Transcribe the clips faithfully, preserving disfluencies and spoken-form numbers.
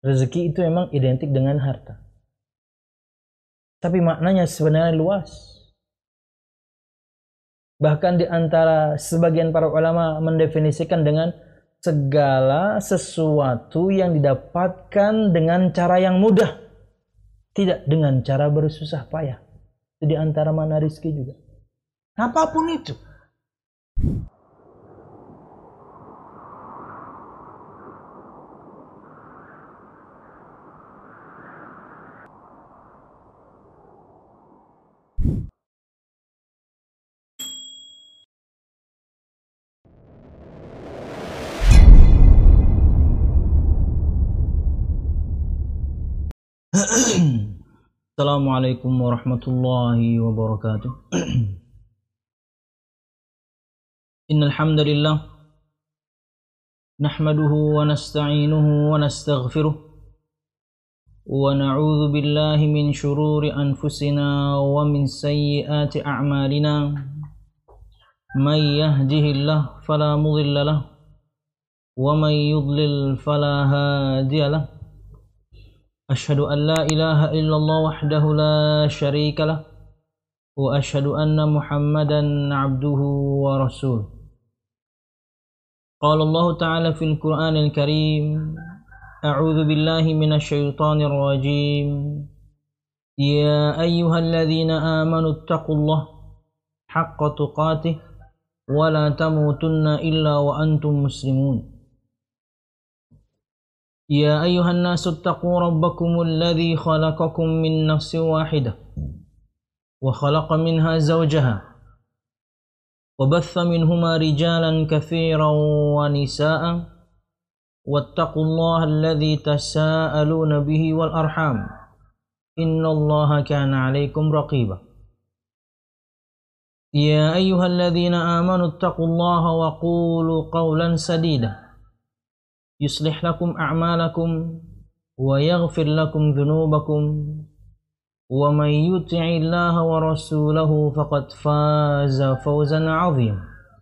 Rezeki itu memang identik dengan harta. Tapi maknanya sebenarnya luas. Bahkan di antara sebagian para ulama mendefinisikan dengan segala sesuatu yang didapatkan dengan cara yang mudah, tidak dengan cara bersusah payah. Itu di antara makna rizki juga. Apapun itu. Assalamualaikum warahmatullahi wabarakatuh. Innal hamdalillah nahmaduhu wa nasta'inuhu wa nastaghfiruh wa na'udzu billahi min shururi anfusina wa min sayyiati a'malina. May yahdihillahu fala mudilla lahu wa may yudlil fala hadiya lahu. Asyhadu an la ilaha illallah wahdahu la syarika lah wa asyhadu anna Muhammadan abduhu wa rasuluh. Qala Allah Ta'ala fil Qur'anil Karim, a'udzu billahi minasy syaithanir rajim. Ya ayyuhalladzina amanu taqullaha haqqa tuqatih wa la tamutunna illa wa antum muslimun. يا أيها الناس اتقوا ربكم الذي خلقكم من نفس واحدة وخلق منها زوجها وبث منهما رجالا كثيرا ونساء واتقوا الله الذي تساءلون به والأرحام إن الله كان عليكم رقيبا. يا أيها الذين آمنوا اتقوا الله وقولوا قولا سديدا يصلح لكم أعمالكم ويغفر لكم ذنوبكم ومن يطع الله ورسوله فقد فاز فوزا عظيما.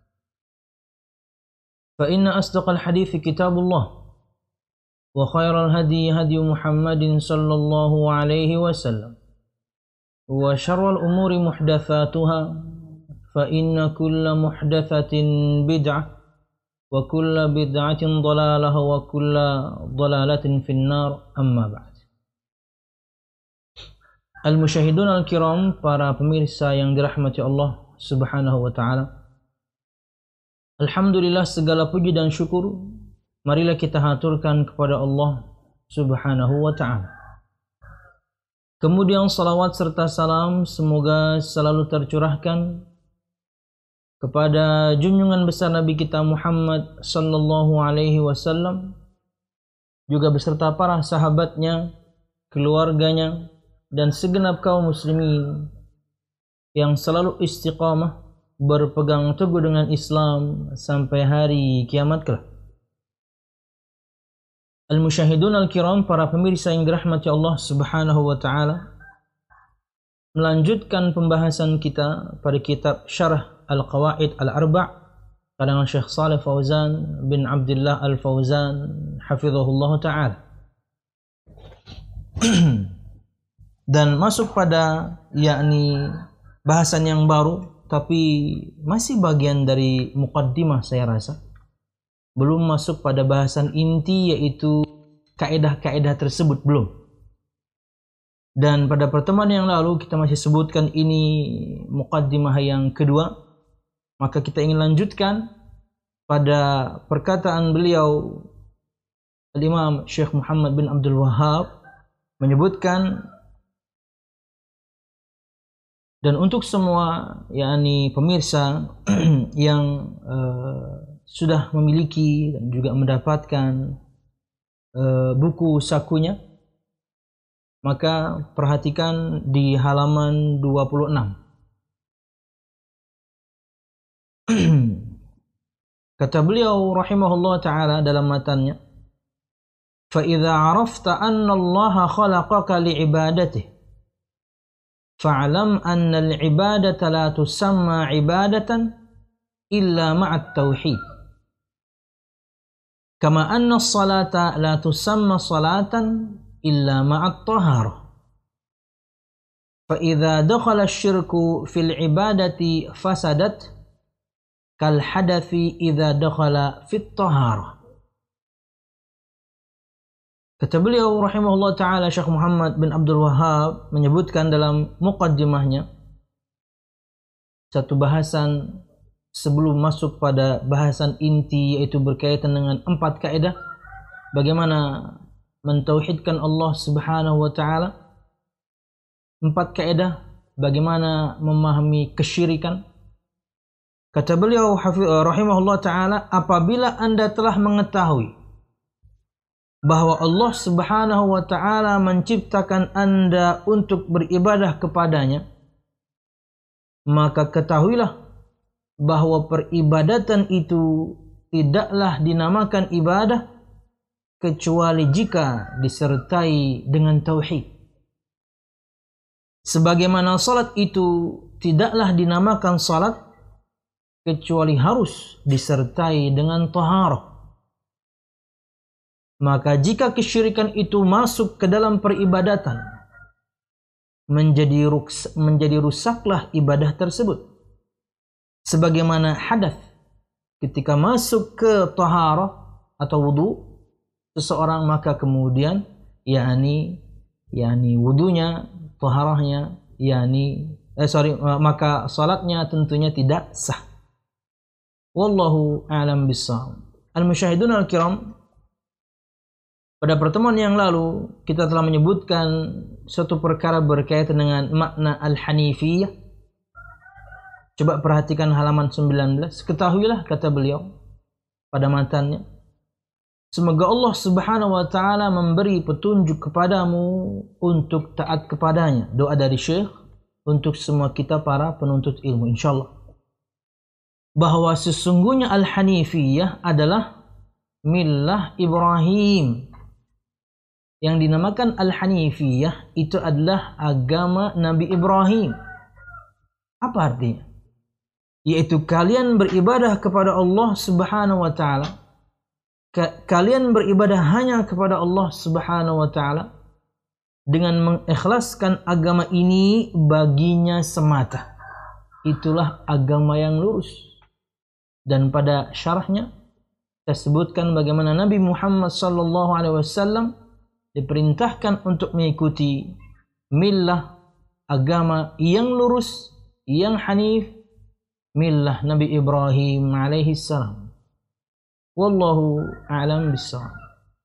فإن أصدق الحديث كتاب الله وخير الهدي هدي محمد صلى الله عليه وسلم وشر الأمور محدثاتها فإن كل محدثة بدعة wa kullu bid'atin dhalalah wa kullu dhalalatin finnar, amma ba'd. Al-musyahidun al-kiram, para pemirsa yang dirahmati Allah Subhanahu wa ta'ala. Alhamdulillah, segala puji dan syukur marilah kita haturkan kepada Allah Subhanahu wa ta'ala. Kemudian salawat serta salam semoga selalu tercurahkan kepada junjungan besar Nabi kita Muhammad sallallahu alaihi wasallam, juga beserta para sahabatnya, keluarganya, dan segenap kaum muslimin yang selalu istiqamah berpegang teguh dengan Islam sampai hari kiamat kelak. Al-musyahidun al-kiram, para pemirsa yang dirahmati Allah Subhanahu wa ta'ala, melanjutkan pembahasan kita pada kitab Syarah Al-Qawaid Al-Arba' karangan Syekh Shalih Fauzan bin Abdullah Al-Fauzan hafizahullah ta'ala. Dan masuk pada yakni bahasan yang baru, tapi masih bagian dari muqaddimah saya rasa. Belum masuk pada bahasan inti, yaitu kaidah-kaidah tersebut belum. Dan pada pertemuan yang lalu kita masih sebutkan ini muqaddimah yang kedua. Maka kita ingin lanjutkan pada perkataan beliau Al-Imam Syekh Muhammad bin Abdul Wahhab menyebutkan, dan untuk semua yakni pemirsa yang uh, sudah memiliki dan juga mendapatkan uh, buku sakunya, maka perhatikan di halaman dua puluh enam. Kata beliau rahimahullah ta'ala dalam matannya, فَإِذَا عَرَفْتَ أَنَّ اللَّهَ خَلَقَكَ لِعِبَادَتِهِ فَاعْلَمْ أَنَّ الْعِبَادَةَ لَا تُسَمَّى عِبَادَةً إِلَّا مَعَ التَّوْحِيدِ. Kama anna as-salata la tusamma salatan illa ma'at taharah. Fa idza dakhala asy-syirku fil ibadati fasadat kal hadathi idza dakhala fit taharah. Kata beliau rahimahullah ta'ala, Syekh Muhammad bin Abdul Wahhab menyebutkan dalam muqaddimahnya satu bahasan sebelum masuk pada bahasan inti, yaitu berkaitan dengan empat kaidah bagaimana mentauhidkan Allah Subhanahu wa taala. Empat kaidah bagaimana memahami kesyirikan. Kata beliau rahimahullah ta'ala, apabila Anda telah mengetahui bahwa Allah Subhanahu wa ta'ala menciptakan Anda untuk beribadah kepadanya, maka ketahuilah bahwa peribadatan itu tidaklah dinamakan ibadah kecuali jika disertai dengan tauhid. Sebagaimana salat itu tidaklah dinamakan salat kecuali harus disertai dengan taharah. Maka jika kesyirikan itu masuk ke dalam peribadatan, menjadi ruks, menjadi rusaklah ibadah tersebut. Sebagaimana hadath ketika masuk ke taharah atau wudu seseorang, maka kemudian yakni yakni wudunya, taharahnya, yakni eh sorry maka salatnya tentunya tidak sah. Wallahu a'lam bissawab. Al-musyahidun al-kiram, pada pertemuan yang lalu kita telah menyebutkan suatu perkara berkaitan dengan makna al-hanifiyah. Coba perhatikan halaman sembilan belas. Ketahuilah, kata beliau pada matannya, semoga Allah Subhanahu wa ta'ala memberi petunjuk kepadamu untuk taat kepadanya. Doa dari Syekh untuk semua kita para penuntut ilmu, insyaallah. Bahwa sesungguhnya al-hanifiyah adalah millah Ibrahim. Yang dinamakan al-hanifiyah itu adalah agama Nabi Ibrahim. Apa artinya? Yaitu kalian beribadah kepada Allah Subhanahu wa ta'ala. Kalian beribadah hanya kepada Allah Subhanahu wa ta'ala dengan mengikhlaskan agama ini baginya semata. Itulah agama yang lurus. Dan pada syarahnya kita sebutkan bagaimana Nabi Muhammad sallallahu alaihi wasallam diperintahkan untuk mengikuti millah, agama yang lurus, yang hanif, millah Nabi Ibrahim alaihi salam. Wallahu a'lam bissawab.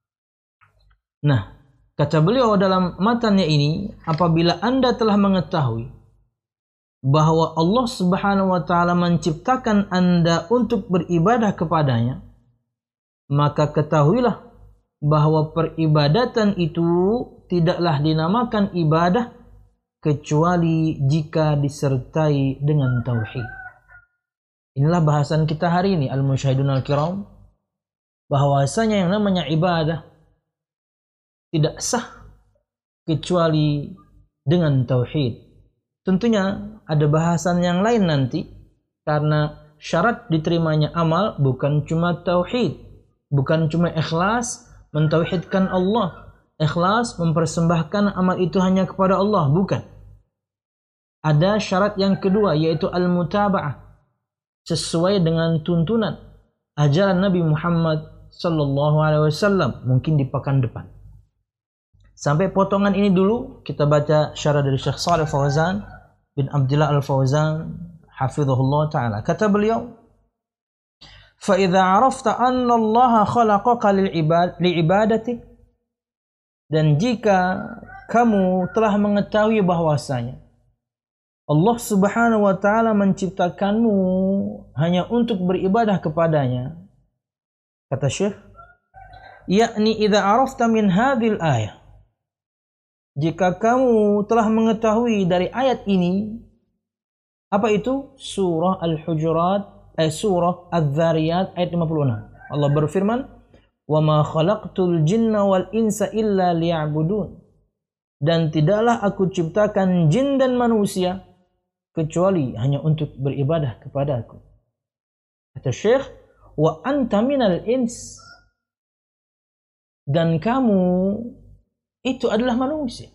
Nah, kata beliau dalam matannya ini, apabila Anda telah mengetahui bahwa Allah Subhanahu wa ta'ala menciptakan Anda untuk beribadah kepadanya, maka ketahuilah bahwa peribadatan itu tidaklah dinamakan ibadah kecuali jika disertai dengan tauhid. Inilah bahasan kita hari ini, al-musyahidun al-kiram, bahwasanya yang namanya ibadah tidak sah kecuali dengan tauhid. Tentunya ada bahasan yang lain nanti, karena syarat diterimanya amal bukan cuma tauhid, bukan cuma ikhlas mentauhidkan Allah, ikhlas mempersembahkan amal itu hanya kepada Allah, bukan. Ada syarat yang kedua, yaitu al-mutaba'ah, sesuai dengan tuntunan ajaran Nabi Muhammad sallallahu alaihi wasallam, mungkin di pekan depan. Sampai potongan ini dulu kita baca syarah dari Syekh Shalih Fauzan bin Abdullah Al-Fauzan hafizahullah ta'ala. Kata beliau, فَإِذَا عَرَفْتَ أَنَّ اللَّهَ خَلَقَكَ لِعِبَادَتِهِ, dan jika kamu telah mengetahui bahwasanya Allah Subhanahu wa ta'ala menciptakanmu hanya untuk beribadah kepadanya, kata Syekh, yakni idza arafta min hadhil ayah, jika kamu telah mengetahui dari ayat ini, apa itu? Surah Al-Hujurat, eh, surah Adz-Dzariyat ayat lima puluh enam. Allah berfirman, "Wa ma khalaqtul jinna wal insa illa liya'budun." Dan tidaklah aku ciptakan jin dan manusia kecuali hanya untuk beribadah kepada aku. Kata Syekh, "Wa anta minal ins." dan kamu itu adalah manusia.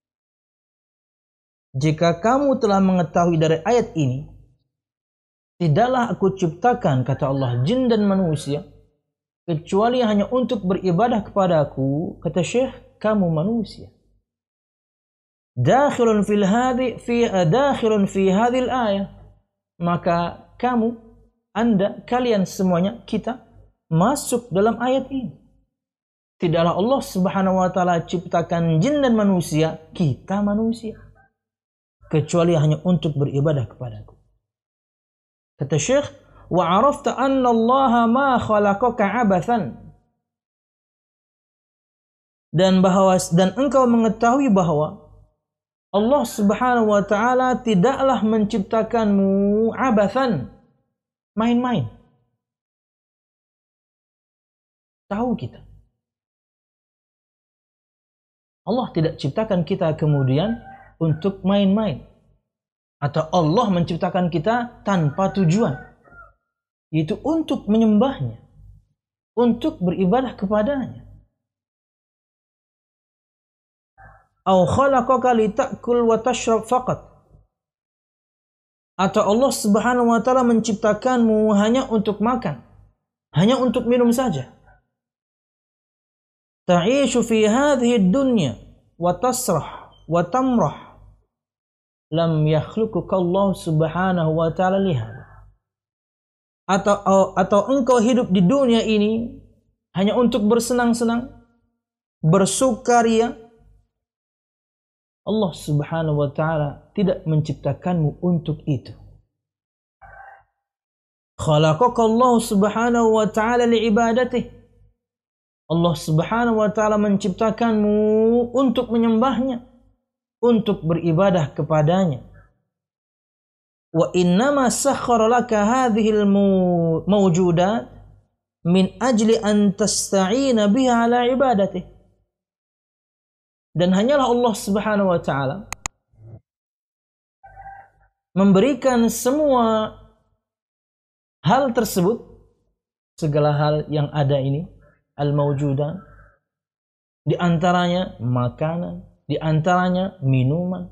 Jika kamu telah mengetahui dari ayat ini, tidaklah aku ciptakan, kata Allah, jin dan manusia kecuali hanya untuk beribadah kepadaku, kata Syekh, kamu manusia. Dakhilun fil hadhi fi dakhilun fi hadhil ayah. Maka kamu, Anda, kalian semuanya, kita masuk dalam ayat ini. Tidaklah Allah Subhanahu wa taala ciptakan jin dan manusia, kita manusia, kecuali hanya untuk beribadah kepadaku. Kata Syekh, wa arafta anna Allah ma khalaqaka abathan. Dan bahwa dan engkau mengetahui bahwa Allah Subhanahu wa taala tidaklah menciptakanmu abathan, main-main. Tahu kita. Allah tidak ciptakan kita kemudian untuk main-main. Atau Allah menciptakan kita tanpa tujuan. Yaitu untuk menyembahnya. Untuk beribadah kepadanya. Au khalaqaka litakul wa tashrab faqat. Atau Allah Subhanahu wa taala menciptakanmu hanya untuk makan. Hanya untuk minum saja. Ta'ishu fi hadhihi ad-dunya wa tasrah wa tamrah. Lam yakhluquka Allah Subhanahu wa taala lihada. Atau atau engkau hidup di dunia ini hanya untuk bersenang-senang, bersukaria. Allah Subhanahu wa taala tidak menciptakanmu untuk itu. Khalaqaka Allah Subhanahu wa taala liibadatihi. Allah Subhanahu wa taala menciptakanmu untuk menyembahnya, untuk beribadah kepadanya. Wa innama sakhkhara laka hadhil mawjudat min ajli an tasta'ina biha ala ibadatihi. Dan hanyalah Allah Subhanahu wa taala memberikan semua hal tersebut, segala hal yang ada ini, al-mawjudan, di antaranya makanan, di antaranya minuman.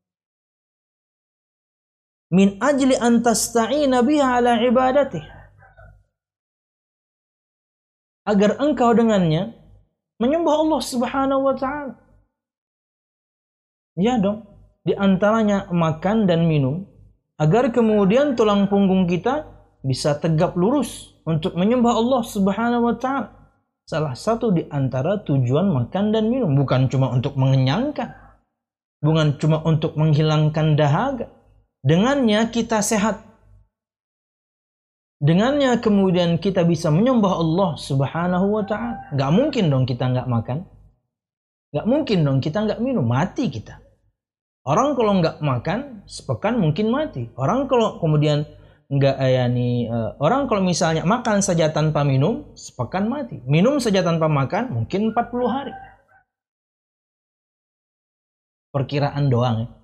Min ajli an tasta'ina biha ala ibadatih. Agar engkau dengannya menyembah Allah Subhanahu wa taala. Ya dong, di antaranya makan dan minum, agar kemudian tulang punggung kita bisa tegap lurus untuk menyembah Allah Subhanahu wa taala. Salah satu di antara tujuan makan dan minum, bukan cuma untuk mengenyangkan, bukan cuma untuk menghilangkan dahaga. Dengannya kita sehat. Dengannya kemudian kita bisa menyembah Allah Subhanahu wa ta'ala. Gak mungkin dong kita gak makan. Gak mungkin dong kita gak minum. Mati kita. Orang kalau gak makan sepekan mungkin mati. Orang kalau kemudian gak ya nih, orang kalau misalnya makan saja tanpa minum sepekan mati. Minum saja tanpa makan mungkin empat puluh hari. Perkiraan doang ya.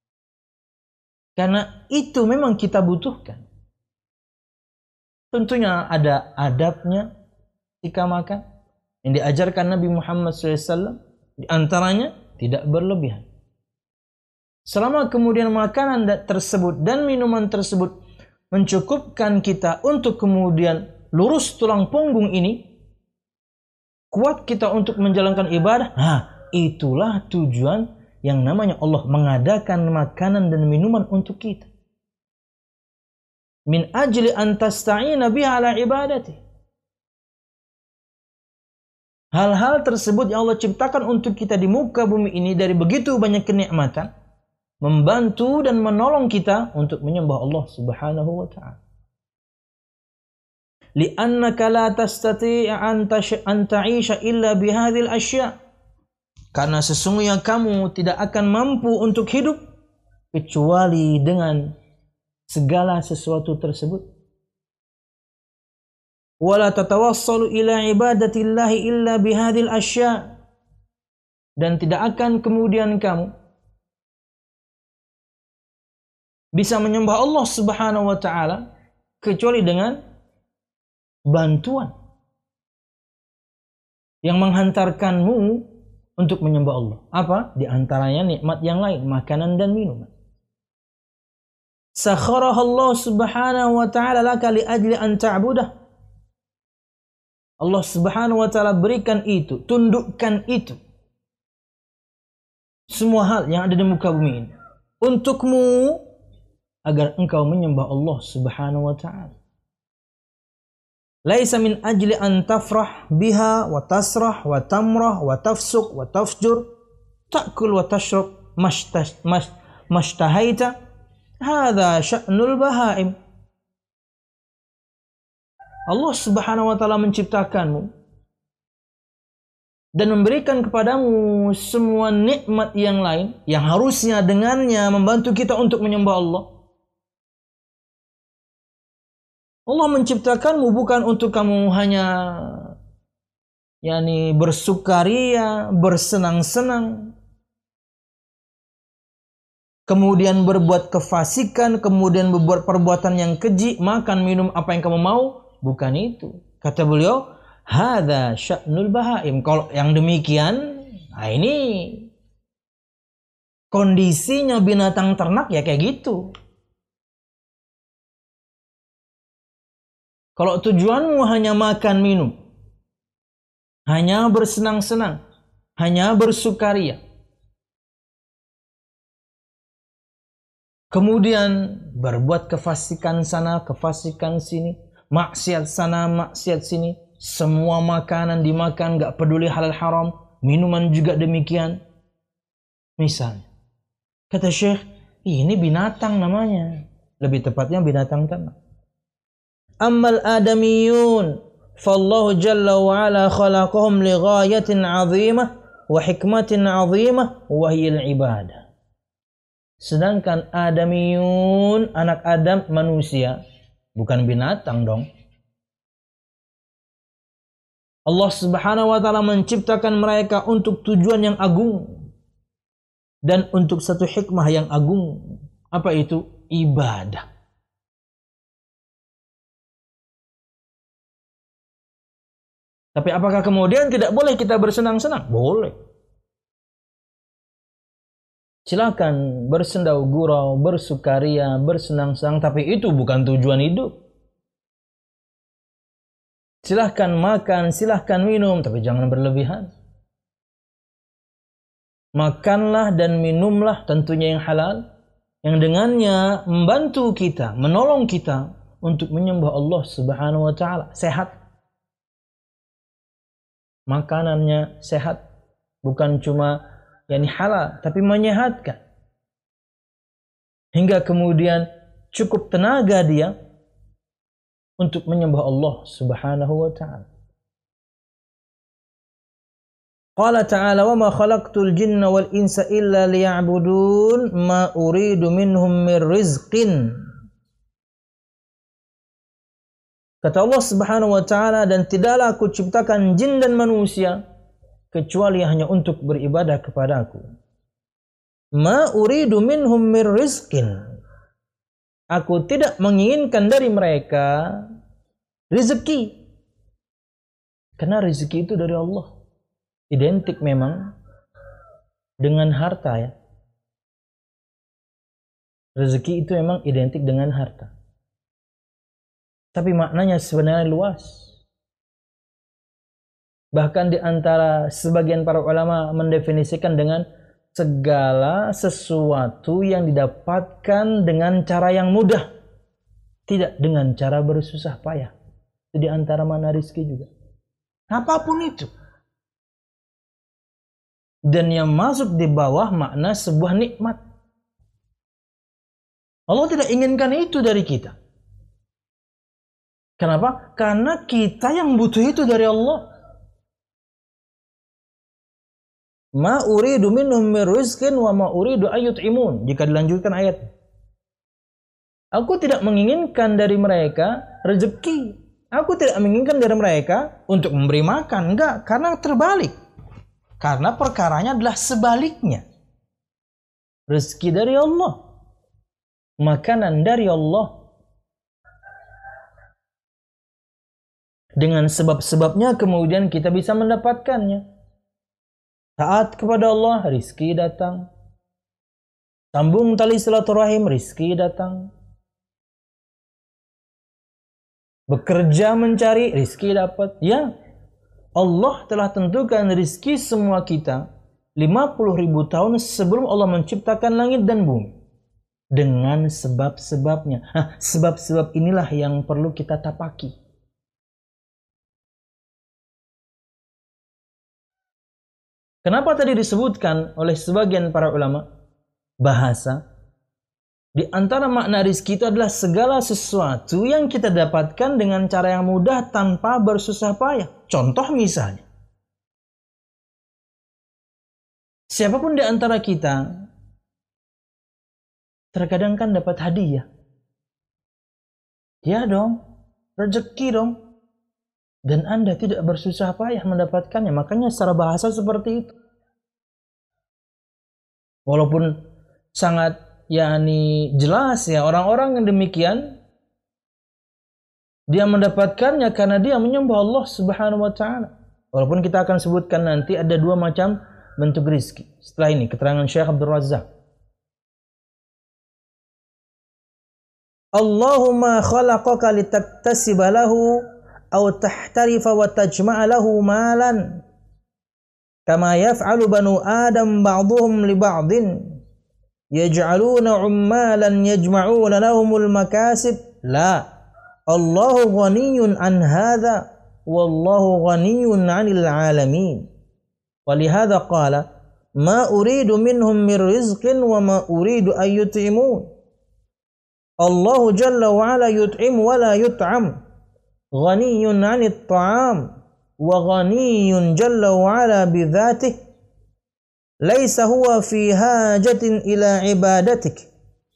Karena itu memang kita butuhkan. Tentunya ada adabnya ketika makan. Yang diajarkan Nabi Muhammad shallallahu alaihi wasallam. Di antaranya tidak berlebihan. Selama kemudian makanan tersebut dan minuman tersebut mencukupkan kita untuk kemudian lurus tulang punggung ini. Kuat kita untuk menjalankan ibadah. Nah, itulah tujuan yang namanya Allah mengadakan makanan dan minuman untuk kita. Min ajli an tasta'ina biha ala ibadati. Hal-hal tersebut yang Allah ciptakan untuk kita di muka bumi ini dari begitu banyak kenikmatan, membantu dan menolong kita untuk menyembah Allah Subhanahu wa ta'ala. Li'annaka la tastati'a an ta'isha illa bihadhil asya'. Karena sesungguhnya kamu tidak akan mampu untuk hidup kecuali dengan segala sesuatu tersebut. Wala tatawassalu ila ibadatillahi illa bihadhil asya'. Dan tidak akan kemudian kamu bisa menyembah Allah Subhanahu wa ta'ala kecuali dengan bantuan, yang menghantarkanmu untuk menyembah Allah. Apa? Di antaranya nikmat yang lain, makanan dan minuman. Sakharaha Allah subhanahu wa ta'ala laka li ajli an ta'budah. Allah subhanahu wa ta'ala berikan itu, tundukkan itu. Semua hal yang ada di muka bumi ini. Untukmu, agar engkau menyembah Allah subhanahu wa ta'ala. Laisa min ajli an tafrah biha wa tasrah wa tamrah wa tafsuk wa tafjur ta'kul wa tashrab mashtahaita. Hadza sya'nul bahaim. Allah subhanahu wa ta'ala menciptakanmu dan memberikan kepadamu semua nikmat yang lain yang harusnya dengannya membantu kita untuk menyembah Allah. Allah menciptakanmu bukan untuk kamu hanya yakni bersukaria, bersenang-senang, kemudian berbuat kefasikan, kemudian berbuat perbuatan yang keji, makan minum apa yang kamu mau. Bukan itu. Kata beliau, hadza sya'nul bahaim. Kalau yang demikian, nah ini kondisinya binatang ternak ya kayak gitu. Kalau tujuanmu hanya makan minum, hanya bersenang-senang, hanya bersukaria, kemudian berbuat kefasikan sana, kefasikan sini, maksiat sana, maksiat sini, semua makanan dimakan, gak peduli halal haram, minuman juga demikian. Misalnya, kata Syekh, ini binatang namanya. Lebih tepatnya binatang ternak. Ammal adamiyun, fallahu jalla wa ala khalaqahum li ghayatin azimah wa hikmatin azimah wa hiyal ibadah. Sedangkan adamiyun, anak Adam, manusia, bukan binatang dong. Allah subhanahu wa ta'ala menciptakan mereka untuk tujuan yang agung dan untuk satu hikmah yang agung. Apa itu? Ibadah. Tapi apakah kemudian tidak boleh kita bersenang-senang? Boleh. Silakan bersendau gurau, bersukaria, bersenang-senang, tapi itu bukan tujuan hidup. Silahkan makan, silahkan minum, tapi jangan berlebihan. Makanlah dan minumlah tentunya yang halal, yang dengannya membantu kita, menolong kita untuk menyembah Allah subhanahu wa ta'ala. Sehat. Makanannya sehat. Bukan cuma yang halal, tapi menyehatkan. Hingga kemudian cukup tenaga dia untuk menyembah Allah subhanahu wa ta'ala. Qala ta'ala wa ma khalaqtul jinna wal insa illa liya'budun ma uridu minhum mir rizqin. Kata Allah subhanahu wa ta'ala, dan tidaklah aku ciptakan jin dan manusia kecuali hanya untuk beribadah kepadaku. Ma uridu minhum mir rizqin. Aku tidak menginginkan dari mereka rezeki. Karena rezeki itu dari Allah. Identik memang dengan harta ya. Rezeki itu memang identik dengan harta. Tapi maknanya sebenarnya luas. Bahkan di antara sebagian para ulama mendefinisikan dengan segala sesuatu yang didapatkan dengan cara yang mudah. Tidak dengan cara bersusah payah. Itu di antara makna rizki juga. Apapun itu. Dan yang masuk di bawah makna sebuah nikmat. Allah tidak inginkan itu dari kita. Kenapa? Karena kita yang butuh itu dari Allah. Ma uridu minhum mir rizqin wa ma uridu ayyut'imun. Jika dilanjutkan ayat. Aku tidak menginginkan dari mereka rezeki. Aku tidak menginginkan dari mereka untuk memberi makan. Enggak, karena terbalik. Karena perkaranya adalah sebaliknya. Rezeki dari Allah. Makanan dari Allah. Dengan sebab-sebabnya kemudian kita bisa mendapatkannya. Taat kepada Allah, rizki datang. Sambung tali silaturahim, rizki datang. Bekerja mencari, rizki dapat. Ya, Allah telah tentukan rizki semua kita lima puluh ribu tahun sebelum Allah menciptakan langit dan bumi. Dengan sebab-sebabnya. Nah, sebab-sebab inilah yang perlu kita tapaki. Kenapa tadi disebutkan oleh sebagian para ulama? Bahasa. Di antara makna rizki itu adalah segala sesuatu yang kita dapatkan dengan cara yang mudah tanpa bersusah payah. Contoh misalnya. Siapapun di antara kita terkadang kan dapat hadiah. Ya dong, rezeki dong. Dan Anda tidak bersusah payah mendapatkannya. Makanya secara bahasa seperti itu. Walaupun sangat yakni jelas ya, orang-orang yang demikian dia mendapatkannya karena dia menyembah Allah Subhanahu wa taala. Walaupun kita akan sebutkan nanti ada dua macam bentuk rizki. Setelah ini keterangan Syekh Abdul Razak. Allahumma khalaqaka litaktasiba lahu aw tahtarifa wa tajma'a lahu malan kama yaf'alu banu Adam ba'dhum li ba'din yaj'aluna 'ummalan yajma'una lahumul makasib. La, Allahu ghaniyyun an hadha wallahu ghaniyyun 'anil 'alamin. Walihadza qala ma uridu minhum min rizqin wa ma uridu an yut'imun. Allahu jalla wa ala yut'im wa la yut'am. Ghaniyyun 'anit ta'am wa ghaniyyun jalla wa ala bi dzatihi. Laisa huwa fi hajatin ila ibadatik.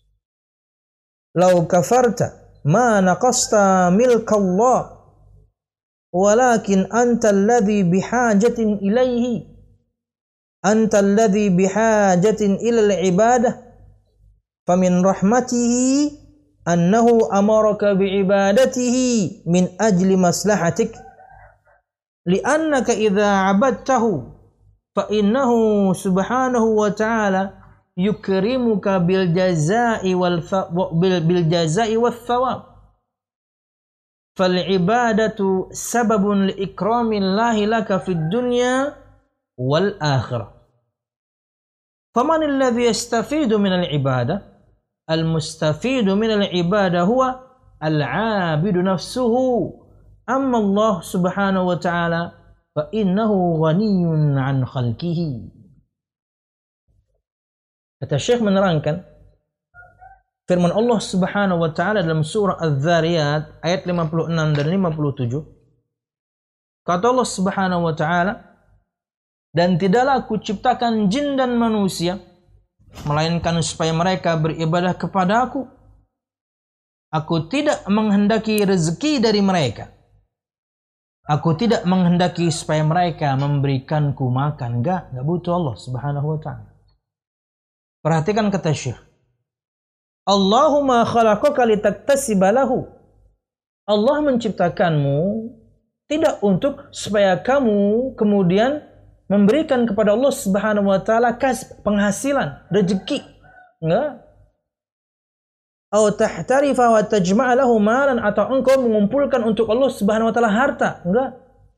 Law kafarta ma naqasta milka Allah. Walakin anta alladhi bihajatin ilaihi. Anta alladhi bihajatin ila al-ibadah. Famin rahmatihi annahu amaraka biibadatihi min ajli maslahatik li'annaka idza 'abadtahu fa innahu subhanahu wa ta'ala yukrimuka bil jazaa'i wal bil, bil jazaa'i wath thawab fal ibadatu sababun li ikramillahi laka fid dunya wal akhirah. Faman alladhi yastafidu min al ibadah? Al-mustafidu min al-ibadah huwa al-'abidu nafsuhu. Amma Allah subhanahu wa ta'ala fa innahu ghaniyyun 'an khalqihi. Kata Syekh menerangkan firman Allah subhanahu wa ta'ala dalam surah Az-Zariyat ayat lima puluh enam dan lima puluh tujuh. Kata Allah subhanahu wa ta'ala, dan tidaklah aku ciptakan jin dan manusia melainkan supaya mereka beribadah kepada aku. Aku tidak menghendaki rezeki dari mereka. Aku tidak menghendaki supaya mereka memberikanku makan. Enggak, enggak butuh Allah subhanahu wa ta'ala. Perhatikan kata Syekh. Allahumma khalaqaka litaktasiba lahu. Allah menciptakanmu tidak untuk supaya kamu kemudian memberikan kepada Allah subhanahu wa ta'ala kasb, penghasilan, rezeki. Enggak. Atau tahtarifa wa tajma'a lahu malan, atau engkau mengumpulkan untuk Allah subhanahu wa ta'ala harta. Enggak.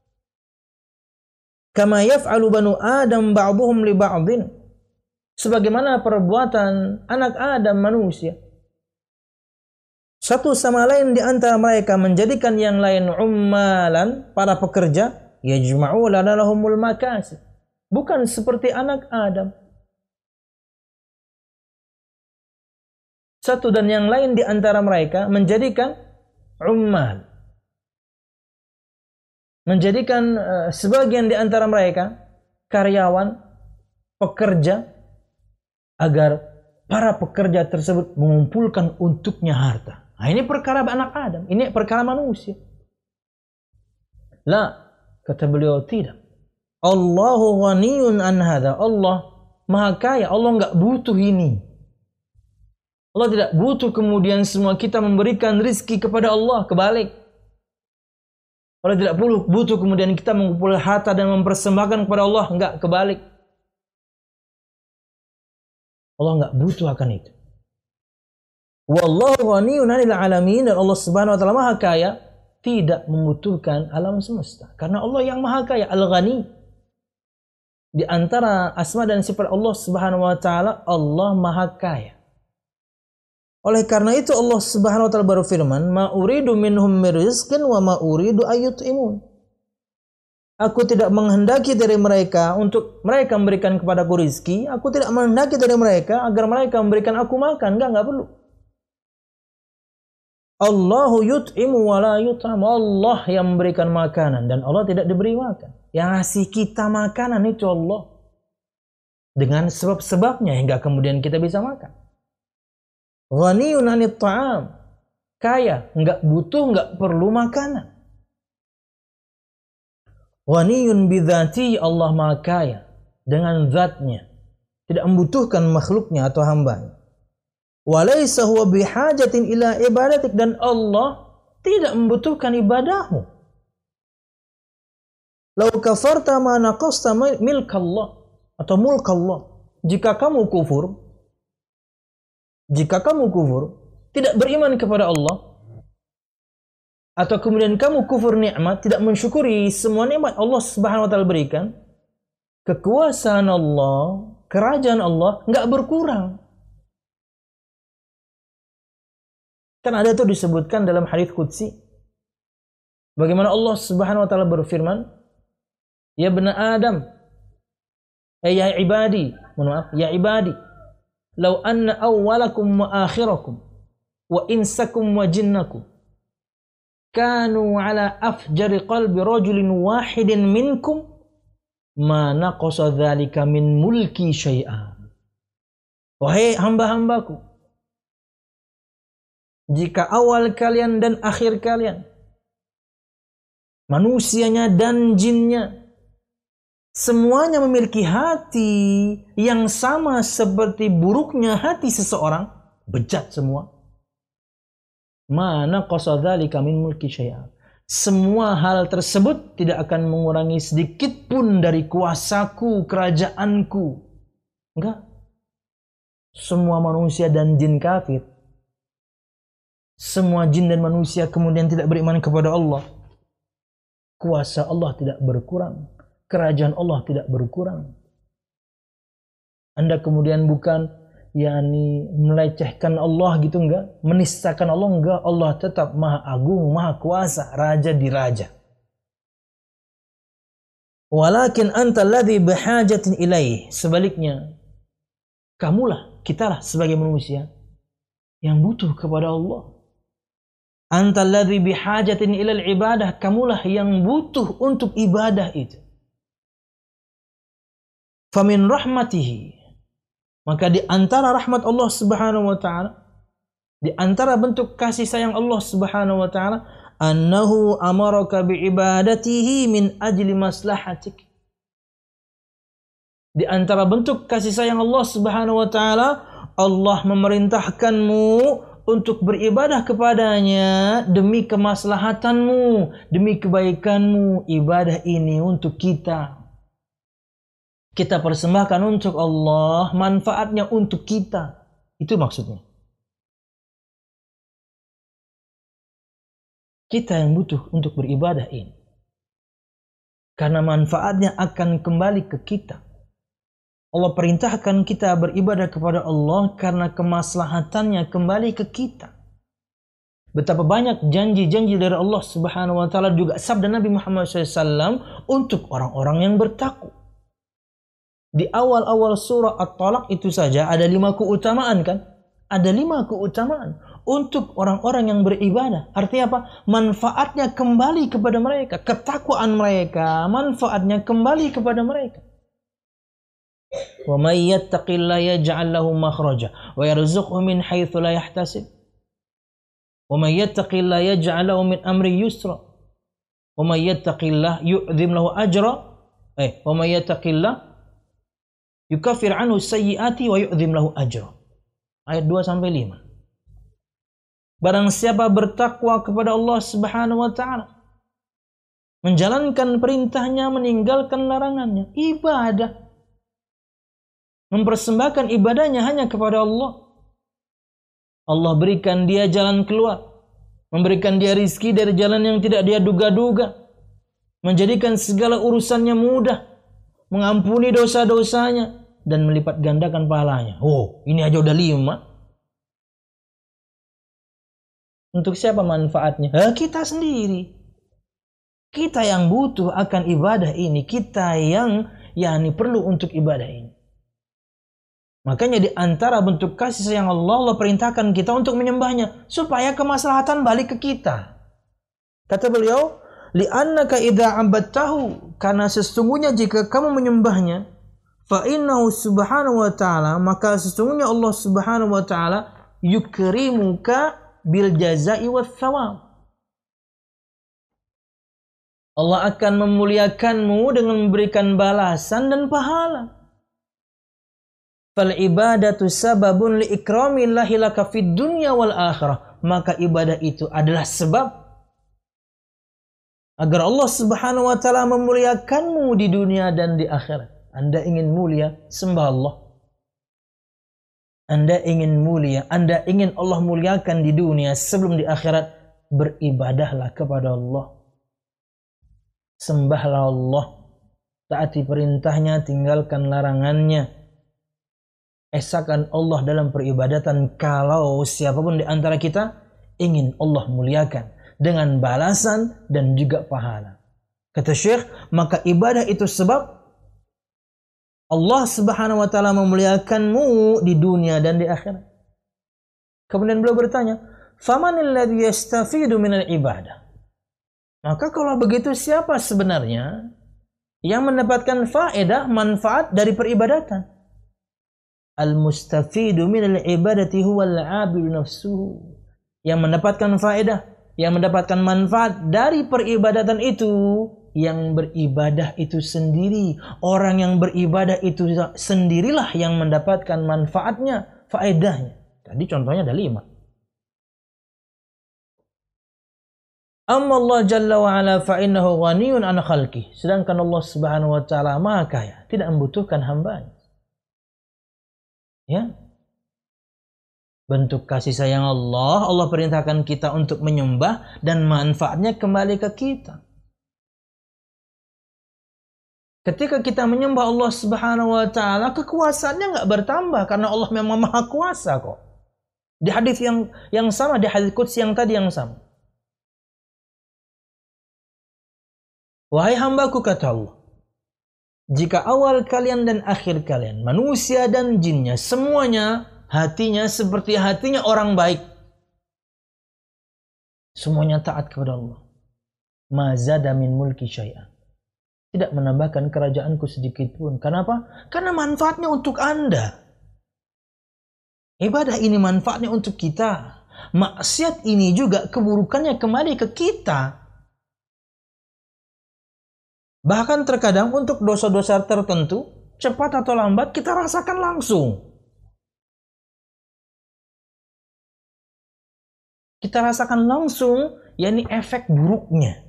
Kama yaf'alu banu Adam ba'dhum li ba'dhin. Sebagaimana perbuatan anak Adam manusia. Satu sama lain di antara mereka menjadikan yang lain ummalan, para pekerja, yajma'u lana lahumul makasib. Bukan seperti anak Adam. Satu dan yang lain di antara mereka menjadikan ummal. Menjadikan uh, sebagian di antara mereka karyawan, pekerja, agar para pekerja tersebut mengumpulkan untuknya harta. Nah, ini perkara anak Adam, ini perkara manusia. La, kata beliau tidak. Allahu ghaniyun an hadha. Allah maha kaya. Allah enggak butuh ini. Allah tidak butuh kemudian semua kita memberikan rizki kepada Allah. Kebalik. Allah tidak perlu butuh kemudian kita mengumpulkan harta dan mempersembahkan kepada Allah. Enggak, kebalik. Allah enggak butuh akan itu. Wallahu ghaniyun 'anil 'alamin, dan Allah Subhanahu wa taala Maha Kaya, tidak membutuhkan alam semesta. Karena Allah yang Maha Kaya, Al-Ghani. Di antara asma dan sifat Allah Subhanahu wa taala, Allah Maha Kaya. Oleh karena itu Allah Subhanahu wa taala berfirman, "Ma uridu minhum min rizqin wa ma uridu ayyut'imun." Aku tidak menghendaki dari mereka untuk mereka memberikan kepadaku rizki. Aku tidak menghendaki dari mereka agar mereka memberikan aku makan. Enggak, enggak perlu. Allahu yut'imu wa la yut'am. Allah yang memberikan makanan dan Allah tidak diberi makan. Yang ngasih kita makanan itu Allah. Dengan sebab-sebabnya hingga kemudian kita bisa makan. Ghaniyun 'anit ta'am. Kaya, enggak butuh, enggak perlu makanan. Ghaniyun bidzati, Allah Maha Kaya dengan zatnya, tidak membutuhkan makhluknya atau hambanya. Walaysa huwa bihajatin ila ibadatik, dan Allah tidak membutuhkan ibadahmu. Lau kafarta ma naqasta milkallah atau mulkallah. Jika kamu kufur, jika kamu kufur, tidak beriman kepada Allah, atau kemudian kamu kufur nikmat, tidak mensyukuri semua nikmat Allah Subhanahu wa taala berikan, kekuasaan Allah, kerajaan Allah enggak berkurang. Kan ada itu disebutkan dalam hadits qudsi. Bagaimana Allah Subhanahu wa taala berfirman, "Ya bani Adam, eh, ya ibadi, mohon maaf, ya ibadi, law anna awwalakum wa akhirakum wa insakum wa jinnakum kanu ala afjari qalbi rajulin wahidin minkum ma naqasa dzalika min mulki syai'a." Wahai hamba-hambaku, jika awal kalian dan akhir kalian, manusianya dan jinnya, semuanya memiliki hati yang sama seperti buruknya hati seseorang, bejat semua, mana qasadzalika min mulki syai'a, semua hal tersebut tidak akan mengurangi sedikit pun dari kuasaku, kerajaanku. Enggak. Semua manusia dan jin kafir, semua jin dan manusia kemudian tidak beriman kepada Allah, kuasa Allah tidak berkurang, kerajaan Allah tidak berkurang. Anda kemudian bukan yakni melecehkan Allah gitu, enggak, menistakan Allah, enggak. Allah tetap Maha Agung, Maha Kuasa, Raja di Raja. Walakin anta alladhi bihajatin ilaih, sebaliknya kamulah, kitalah sebagai manusia yang butuh kepada Allah. Anta alladhi bihajatin ilal ibadah, kamulah yang butuh untuk ibadah itu. Famin rahmatihi, maka di antara rahmat Allah Subhanahu wa taala, di antara bentuk kasih sayang Allah Subhanahu wa taala, annahu amaraka bi ibadatihi min ajli maslahatik. Di antara bentuk kasih sayang Allah Subhanahu wa taala, Allah memerintahkanmu untuk beribadah kepadanya demi kemaslahatanmu, demi kebaikanmu. Ibadah ini untuk kita. Kita persembahkan untuk Allah, manfaatnya untuk kita. Itu maksudnya. Kita yang butuh untuk beribadah ini. Karena manfaatnya akan kembali ke kita. Allah perintahkan kita beribadah kepada Allah karena kemaslahatannya kembali ke kita. Betapa banyak janji-janji dari Allah Subhanahu wa taala, juga sabda Nabi Muhammad shallallahu alaihi wasallam untuk orang-orang yang bertakwa. Di awal-awal surah At-Talaq itu saja ada lima keutamaan, kan? Ada lima keutamaan untuk orang-orang yang beribadah. Artinya apa? Manfaatnya kembali kepada mereka. Ketakwaan mereka, manfaatnya kembali kepada mereka. Wa may yattaqillaha yaj'al lahu makhraja wa yarzuqhu min haitsu la yahtasib. Wa may yattaqillaha yaj'al lahu min amri yusra. Wa may yattaqillaha yu'dhim lahu ajra. Eh, wa may yattaqillaha yukaffir anhu sayyiati wa yu'dhim lahu ajra. Ayat dua sampai lima. Barang siapa bertakwa kepada Allah Subhanahu wa taala, menjalankan perintahnya, meninggalkan larangannya. Ibadah. Mempersembahkan ibadahnya hanya kepada Allah. Allah berikan dia jalan keluar, memberikan dia rizki dari jalan yang tidak dia duga-duga, menjadikan segala urusannya mudah, mengampuni dosa-dosanya, dan melipat gandakan pahalanya. Oh, ini aja udah lima. Untuk siapa manfaatnya? Eh, kita sendiri. Kita yang butuh akan ibadah ini. Kita yang yakni perlu untuk ibadah ini. Makanya di antara bentuk kasih sayang Allah, Allah perintahkan kita untuk menyembahnya. Supaya kemaslahatan balik ke kita. Kata beliau, li'annaka idza 'abadtahu, karena sesungguhnya jika kamu menyembahnya, fa innahu subhanahu wa ta'ala, maka sesungguhnya Allah subhanahu wa ta'ala yukrimuka bil jazai wa thawab. Allah akan memuliakanmu dengan memberikan balasan dan pahala. Fal ibadatu sababun li ikramillahi laka fid dunya wal akhirah. Maka ibadah itu adalah sebab agar Allah subhanahu wa ta'ala memuliakanmu di dunia dan di akhirat. Anda ingin mulia, sembah Allah. Anda ingin mulia, Anda ingin Allah muliakan di dunia sebelum di akhirat, beribadahlah kepada Allah. Sembahlah Allah. Taati perintahnya, tinggalkan larangannya. Esakan Allah dalam peribadatan kalau siapapun di antara kita ingin Allah muliakan dengan balasan dan juga pahala. Kata Syekh, maka ibadah itu sebab Allah subhanahu wa ta'ala memuliakanmu di dunia dan di akhirat. Kemudian beliau bertanya, famanil ladzi yastafidu minal ibadah? Maka kalau begitu siapa sebenarnya yang mendapatkan faedah, manfaat dari peribadatan? Al-mustafidu minal ibadati huwal 'abidu nafsuhu. Yang mendapatkan faedah, yang mendapatkan manfaat dari peribadatan itu, yang beribadah itu sendiri. Orang yang beribadah itu sendirilah yang mendapatkan manfaatnya, faedahnya. Tadi contohnya ada lima. Amma Allah Jalla wa Ala fa innahu ghaniyun an khalqih. Sedangkan Allah Subhanahu wa ta'ala Maha Kaya, tidak membutuhkan hambanya. Ya. Bentuk kasih sayang Allah, Allah perintahkan kita untuk menyembah dan manfaatnya kembali ke kita. Ketika kita menyembah Allah Subhanahu wa ta'ala, kekuasaannya nggak bertambah karena Allah memang Maha Kuasa kok. Di hadis yang yang sama, di hadis qudsi yang tadi yang sama. Wahai hambaku, kata Allah, jika awal kalian dan akhir kalian, manusia dan jinnya, semuanya hatinya seperti hatinya orang baik, semuanya taat kepada Allah, ma zada min mulki syai'an, tidak menambahkan kerajaanku sedikit pun. Kenapa? Karena manfaatnya untuk Anda. Ibadah ini manfaatnya untuk kita. Maksiat ini juga keburukannya kembali ke kita. Bahkan terkadang untuk dosa-dosa tertentu, cepat atau lambat kita rasakan langsung. Kita rasakan langsung, yakni efek buruknya.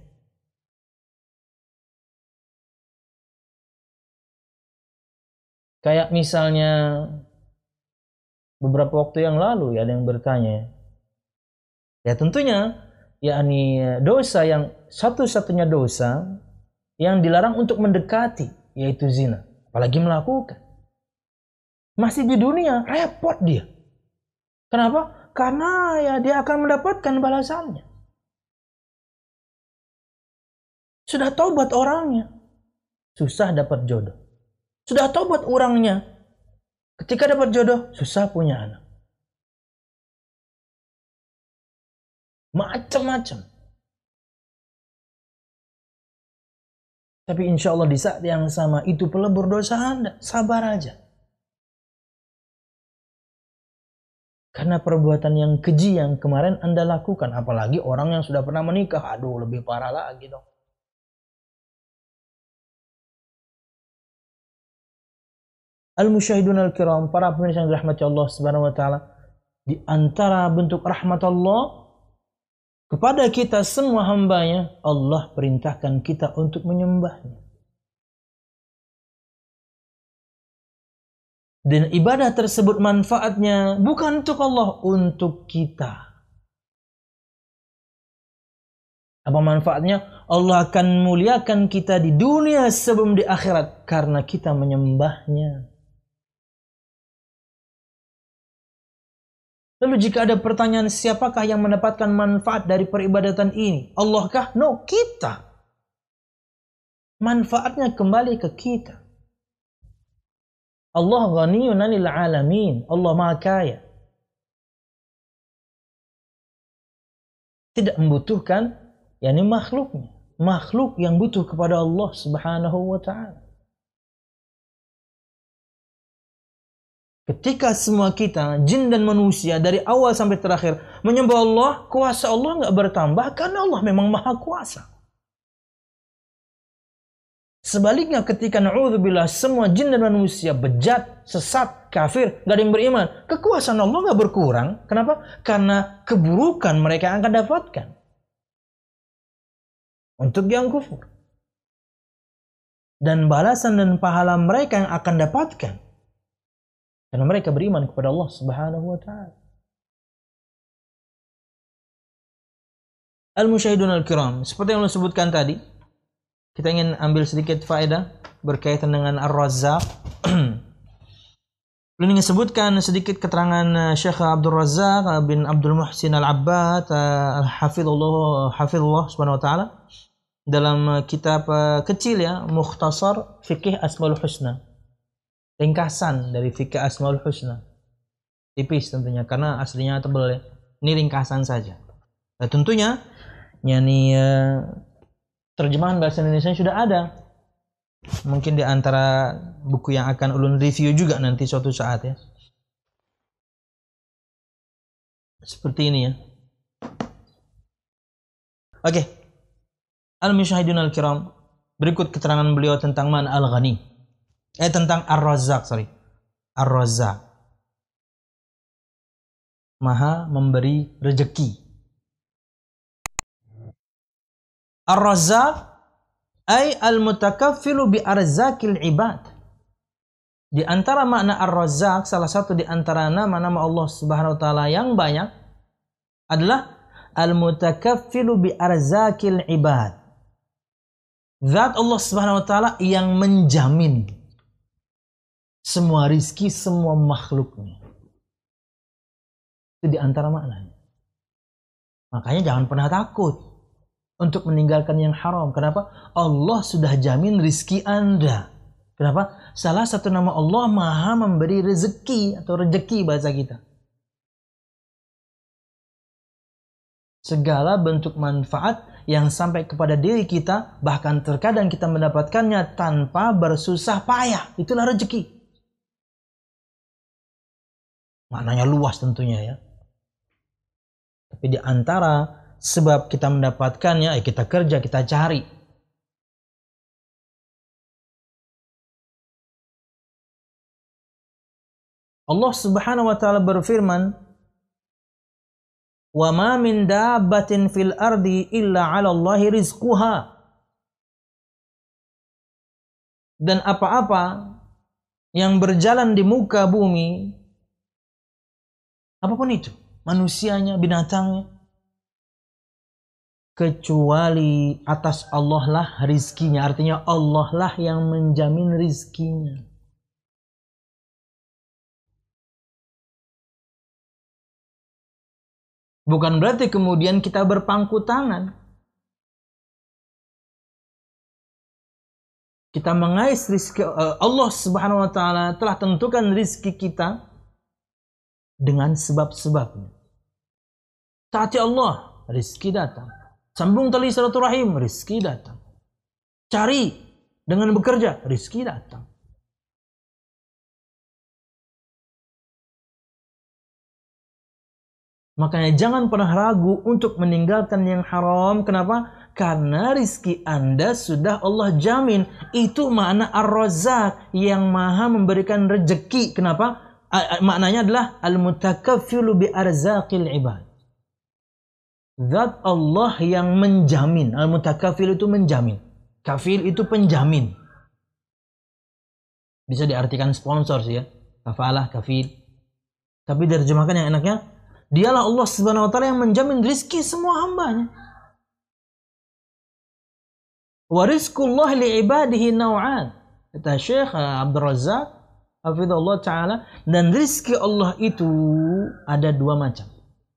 Kayak misalnya beberapa waktu yang lalu ya ada yang bertanya, ya tentunya yakni dosa yang satu-satunya dosa yang dilarang untuk mendekati, yaitu zina, apalagi melakukan. Masih di dunia repot dia. Kenapa? Karena ya dia akan mendapatkan balasannya. Sudah taubat orangnya, susah dapat jodoh. Sudah taubat orangnya, ketika dapat jodoh, susah punya anak. Macam-macam. Tapi insya Allah di saat yang sama itu pelebur dosa Anda. Sabar aja. Karena perbuatan yang keji yang kemarin Anda lakukan. Apalagi orang yang sudah pernah menikah. Aduh, lebih parah lagi dong. Al-musyahidun al-kiram, para pemirsa yang dirahmati Allah Subhanahu wa ta'ala, di antara bentuk rahmat Allah, kepada kita semua hambanya, Allah perintahkan kita untuk menyembahnya. Dan ibadah tersebut manfaatnya bukan untuk Allah, untuk kita. Apa manfaatnya? Allah akan muliakan kita di dunia sebelum di akhirat karena kita menyembahnya. Lalu jika ada pertanyaan, siapakah yang mendapatkan manfaat dari peribadatan ini? Allah kah? No, kita. Manfaatnya kembali ke kita. Allah ghaniyun 'anil 'alamin. Allah Maha Kaya. Tidak membutuhkan yakni makhluknya. Makhluk yang butuh kepada Allah Subhanahu wa ta'ala. Ketika semua kita, jin dan manusia dari awal sampai terakhir menyembah Allah, kuasa Allah nggak bertambah karena Allah memang Maha Kuasa. Sebaliknya ketika na'udzubillah semua jin dan manusia bejat, sesat, kafir, gak ada yang beriman, kekuasaan Allah gak berkurang. Kenapa? Karena keburukan mereka yang akan dapatkan untuk yang kufur. Dan balasan dan pahala mereka yang akan dapatkan karena mereka beriman kepada Allah Subhanahu wa ta'ala. Al-musyahidun al-kiram, seperti yang Allah sebutkan tadi, kita ingin ambil sedikit faedah berkaitan dengan Ar-Razzaq. Lalu ingin sebutkan sedikit keterangan Syekh Abdul Razzaq bin Abdul Muhsin Al-Abbad Hafizullah Hafizullah Subhanahu wa ta'ala dalam kitab kecil ya, Mukhtasar Fikih Asmaul Husna. Ringkasan dari Fikih Asmaul Husna. Tipis tentunya karena aslinya tebal ya. Ini ringkasan saja. Nah, tentunya yakni uh, terjemahan bahasa Indonesia sudah ada. Mungkin di antara buku yang akan ulun review juga nanti suatu saat ya. Seperti ini ya. Oke. Okay. Al-musyahidun al-kiram. Berikut keterangan beliau tentang man al-ghani. Eh tentang Ar-Razzaq, sorry. Ar-Razzaq. Maha memberi rezeki. Ar-Razzaq ay al-mutakaffilu bi arzakil ibad. Di antara makna Ar-Razzaq, salah satu di antara nama-nama Allah Subhanahu wa taala yang banyak adalah al-mutakaffilu bi arzakil ibad. Zat Allah Subhanahu wa taala yang menjamin semua rizki semua makhluknya. Itu di antara maknanya. Makanya jangan pernah takut untuk meninggalkan yang haram. Kenapa? Allah sudah jamin rizki Anda. Kenapa? Salah satu nama Allah Maha memberi rezeki atau rezeki bahasa kita. Segala bentuk manfaat yang sampai kepada diri kita, bahkan terkadang kita mendapatkannya tanpa bersusah payah. Itulah rezeki. Maknanya luas tentunya ya. Tapi di antara sebab kita mendapatkannya, eh, kita kerja, kita cari. Allah Subhanahu wa taala berfirman, "Wa ma min dabbatin fil ardi illa 'ala Allahi rizquha." Dan apa-apa yang berjalan di muka bumi, apapun itu, manusianya, binatangnya, kecuali atas Allah lah rizkinya. Artinya Allah lah yang menjamin rizkinya. Bukan berarti kemudian kita berpangku tangan. Kita mengais rizki. Allah Subhanahu wa taala telah tentukan rizki kita dengan sebab-sebabnya. Taati Allah, rizki datang. Sambung tali silaturahim, rizki datang. Cari dengan bekerja, rizki datang. Makanya jangan pernah ragu untuk meninggalkan yang haram. Kenapa? Karena rizki Anda sudah Allah jamin. Itu makna Ar-Razzaq, yang Maha memberikan rezeki. Kenapa? Maknanya adalah al-mutakaffilu bi arzaqil ibad. Zat Allah yang menjamin. Al-mutakafil itu menjamin. Kafil itu penjamin. Bisa diartikan sponsor sih ya. Kafalah, kafil. Tapi diterjemahkan yang enaknya, dialah Allah Subhanahu wa taala yang menjamin rizki semua hambanya. Wa rizqullah li'ibadihi naw'an. Kata Syekh Abdul Razzaq hafizahullah taala, dan rizki Allah itu ada dua macam.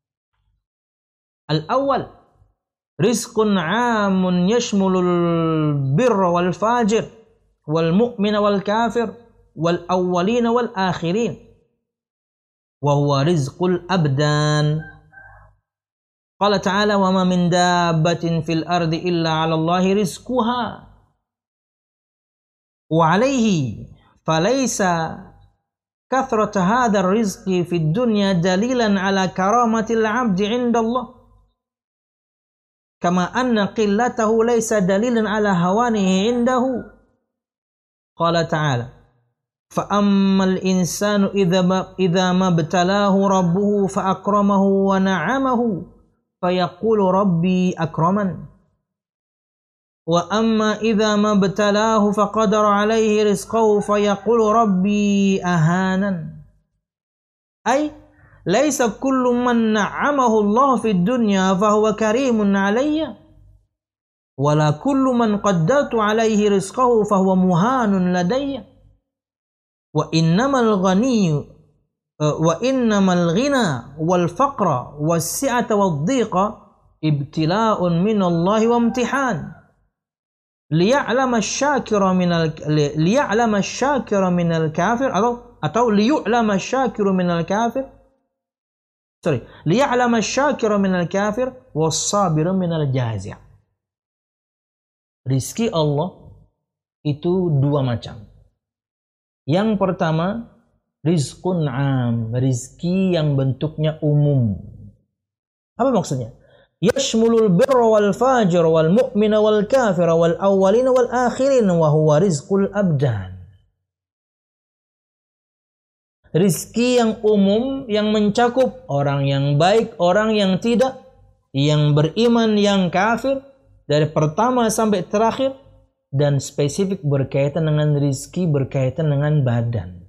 Al-awwal, rizqun 'amun yashmulul birra wal fajir wal mu'mina wal kafir wal awwalina wal akhirin wa huwa rizqul abdan. Qala ta'ala wa ma min dabbatin fil ardi illa 'ala Allahi rizquha wa 'alaihi falaysa kathrata hadha ar-rizqi fid dunya dalilan 'ala karamatil 'abdi 'inda Allah kama anna qillatahu laysa dalilan 'ala hawanihi 'indahu. Qala ta'ala fa ammal insanu idza idza mabtalahu rabbuhu fa akramahu wa na'amahu fayaqulu rabbi akraman wa amma idza mabtalahu faqadara alayhi rizqahu fayaqulu rabbi ahanan. Ay laysa kullu man na'amahu Allah fid dunya fahuwa karimun alayya wala kullu man qaddatu alayhi rizqahu fahuwa muhanun ladayya wa innamal ghaniyyu wa innamal ghina wal faqra was si'ata wad dhiqa ibtila'un min Allah wa imtihan liya'lama asy-syakira minal liya'lama asy-syakira minal kafir atau atau liyu'lama asy-syakiru minal kafir sorry liya'lama asy-syakira minal kafir was-sabiru minal jazi'. Rizki Allah itu dua macam. Yang pertama, rizqun 'am, rizki yang bentuknya umum. Apa maksudnya? Yashmulul birra wal fajir wal mu'mina wal kafira wal awwalina wal akhirin wa huwa rizqul abdan. Rizki yang umum yang mencakup orang yang baik, orang yang tidak, yang beriman, yang kafir, dari pertama sampai terakhir, dan spesifik berkaitan dengan rizki berkaitan dengan badan.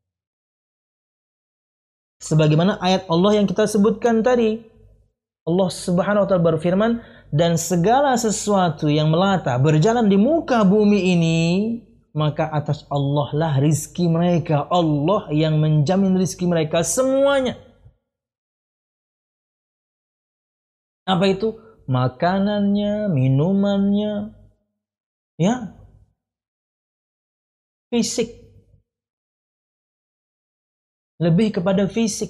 Sebagaimana ayat Allah yang kita sebutkan tadi, Allah Subhanahu wa taala berfirman, dan segala sesuatu yang melata berjalan di muka bumi ini, maka atas Allah lah rizki mereka. Allah yang menjamin rizki mereka semuanya. Apa itu? Makanannya, minumannya, ya, fisik. Lebih kepada fisik.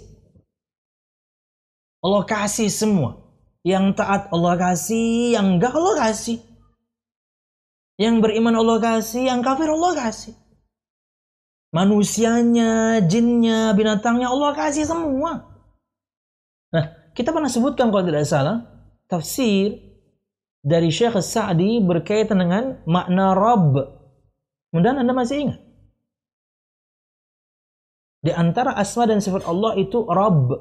Allah kasih semua. Yang taat Allah kasih, yang enggak Allah kasih. Yang beriman Allah kasih, yang kafir Allah kasih. Manusianya, jinnya, binatangnya Allah kasih semua. Nah, kita pernah sebutkan kalau tidak salah, tafsir dari Syekh Sa'di berkaitan dengan makna Rabb. Mudah-mudahan Anda masih ingat. Di antara asma dan sifat Allah itu Rabb,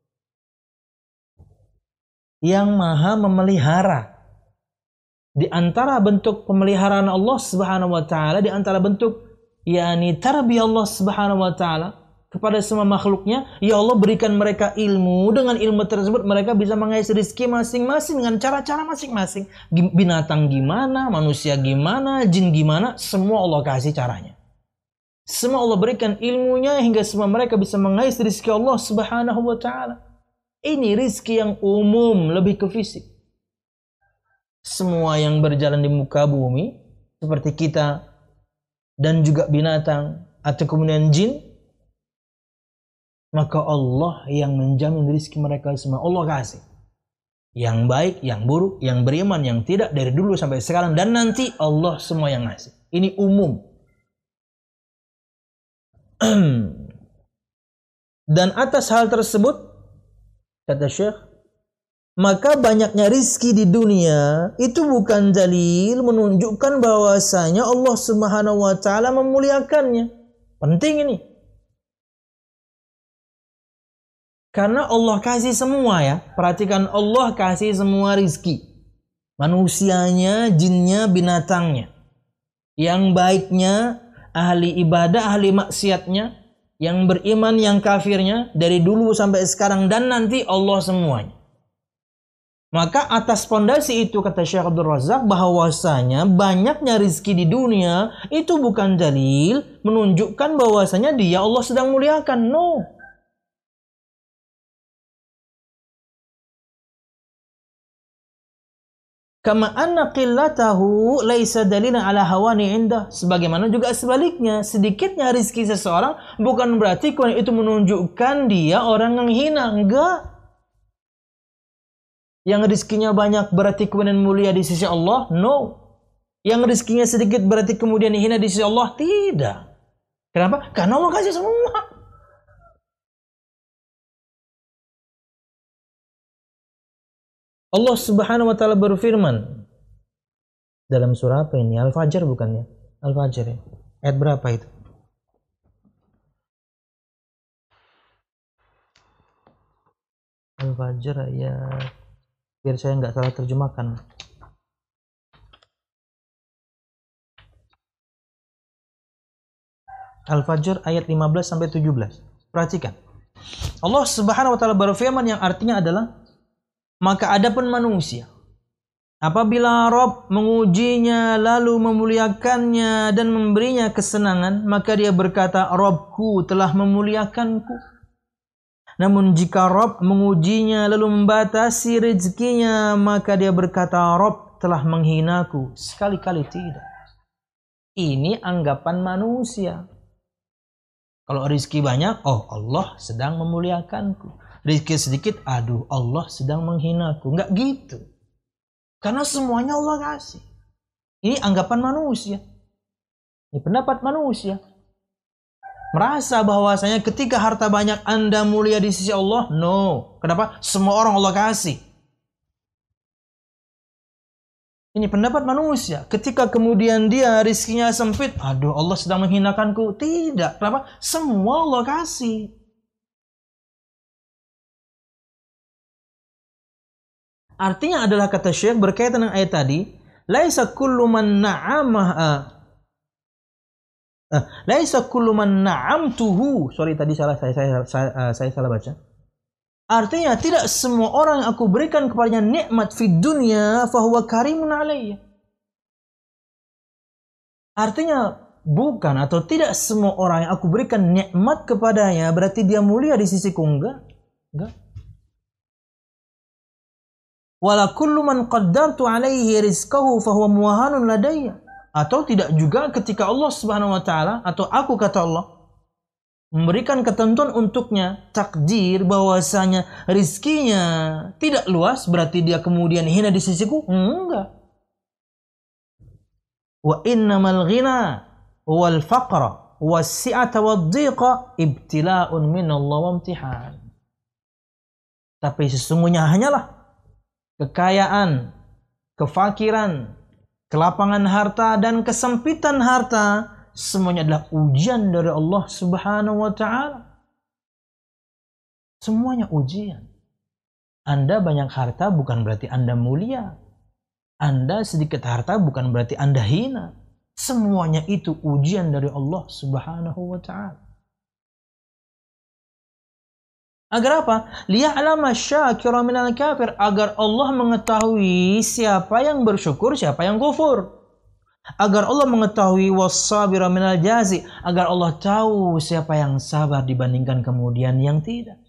yang maha memelihara. Di antara bentuk pemeliharaan Allah Subhanahu wa taala, di antara bentuk yakni tarbiyah Allah Subhanahu wa taala kepada semua makhluknya, ya Allah berikan mereka ilmu. Dengan ilmu tersebut mereka bisa mengais rezeki masing-masing dengan cara-cara masing-masing. Binatang gimana, manusia gimana, jin gimana, semua Allah kasih caranya. Semua Allah berikan ilmunya hingga semua mereka bisa mengais rezeki Allah Subhanahu wa taala. Ini rezeki yang umum, lebih ke fisik. Semua yang berjalan di muka bumi seperti kita dan juga binatang atau kemudian jin, maka Allah yang menjamin rezeki mereka semua. Allah kasih. Yang baik, yang buruk, yang beriman, yang tidak, dari dulu sampai sekarang dan nanti Allah semua yang ngasih. Ini umum. Dan atas hal tersebut, kata Syekh, maka banyaknya rizki di dunia itu bukan dalil menunjukkan bahwasanya Allah Subhanahu wa taala memuliakannya. Penting ini. Karena Allah kasih semua ya. Perhatikan, Allah kasih semua rizki. Manusianya, jinnya, binatangnya. Yang baiknya, ahli ibadah, ahli maksiatnya. Yang beriman, yang kafirnya. Dari dulu sampai sekarang dan nanti Allah semuanya. Maka atas pondasi itu kata Syekh Abdul Razak bahwasanya banyaknya rizki di dunia itu bukan dalil menunjukkan bahwasanya dia Allah sedang muliakan. No. Kama anna qillatahu laisa dalilan ala hawani indah. Sebagaimana juga sebaliknya, sedikitnya rizki seseorang bukan berarti itu menunjukkan dia orang yang hina. Enggak. Yang rizkinya banyak berarti kemudian mulia di sisi Allah? No. Yang rizkinya sedikit berarti kemudian hina di sisi Allah? Tidak. Kenapa? Karena Allah kasih semua. Allah Subhanahu wa taala berfirman dalam surah apa ini? Al-Fajr bukan ya? Al-Fajr ya. Ayat berapa itu? Al-Fajr ayat, biar saya nggak salah terjemahkan. Al-Fajr ayat lima belas sampai tujuh belas. Perhatikan. Allah Subhanahu wa taala berfirman yang artinya adalah, maka adapun manusia apabila Rabb mengujinya lalu memuliakannya dan memberinya kesenangan, maka dia berkata, Rabbku telah memuliakanku. Namun jika Rabb mengujinya lalu membatasi rezekinya, maka dia berkata, Rabb telah menghinaku. Sekali-kali tidak. Ini anggapan manusia. Kalau rezeki banyak, oh Allah sedang memuliakanku. Rezeki sedikit, aduh Allah sedang menghinaku. Enggak gitu. Karena semuanya Allah kasih. Ini anggapan manusia. Ini pendapat manusia. Merasa bahwasanya ketika harta banyak Anda mulia di sisi Allah? No. Kenapa? Semua orang Allah kasih. Ini pendapat manusia. Ketika kemudian dia rizkinya sempit, aduh Allah sedang menghinakanku. Tidak. Kenapa? Semua Allah kasih. Artinya adalah kata Syekh berkaitan dengan ayat tadi, laisa kullu man na'amah Uh, laisa kullu man na'amtuhu. Sorry tadi salah saya saya, saya, uh, saya salah baca. Artinya tidak semua orang yang aku berikan kepadanya nikmat fid dunya fahuwa karimun alayya. Artinya bukan atau tidak semua orang yang aku berikan nikmat kepadanya berarti dia mulia di sisiku. Enggak. Enggak. Wala kullu man qaddartu alayhi rizqahu fahuwa muwahanun ladayya. Atau tidak juga ketika Allah Subhanahu wa taala atau aku kata Allah memberikan ketentuan untuknya takdir bahwasanya rizkinya tidak luas berarti dia kemudian hina di sisiku. Enggak. Wa innamal ghina wal faqra was si'ata wad dhiqa ibtila'un min Allah wa imtihan. Tapi sesungguhnya hanyalah kekayaan, kefakiran, kelapangan harta dan kesempitan harta semuanya adalah ujian dari Allah Subhanahu wa taala. Semuanya ujian. Anda banyak harta bukan berarti Anda mulia. Anda sedikit harta bukan berarti Anda hina. Semuanya itu ujian dari Allah Subhanahu wa taala. Agar apa? Liya'lama syakira minal kafir, agar Allah mengetahui siapa yang bersyukur, siapa yang kufur. Agar Allah mengetahui was-sabira minal jazi, agar Allah tahu siapa yang sabar dibandingkan kemudian yang tidak.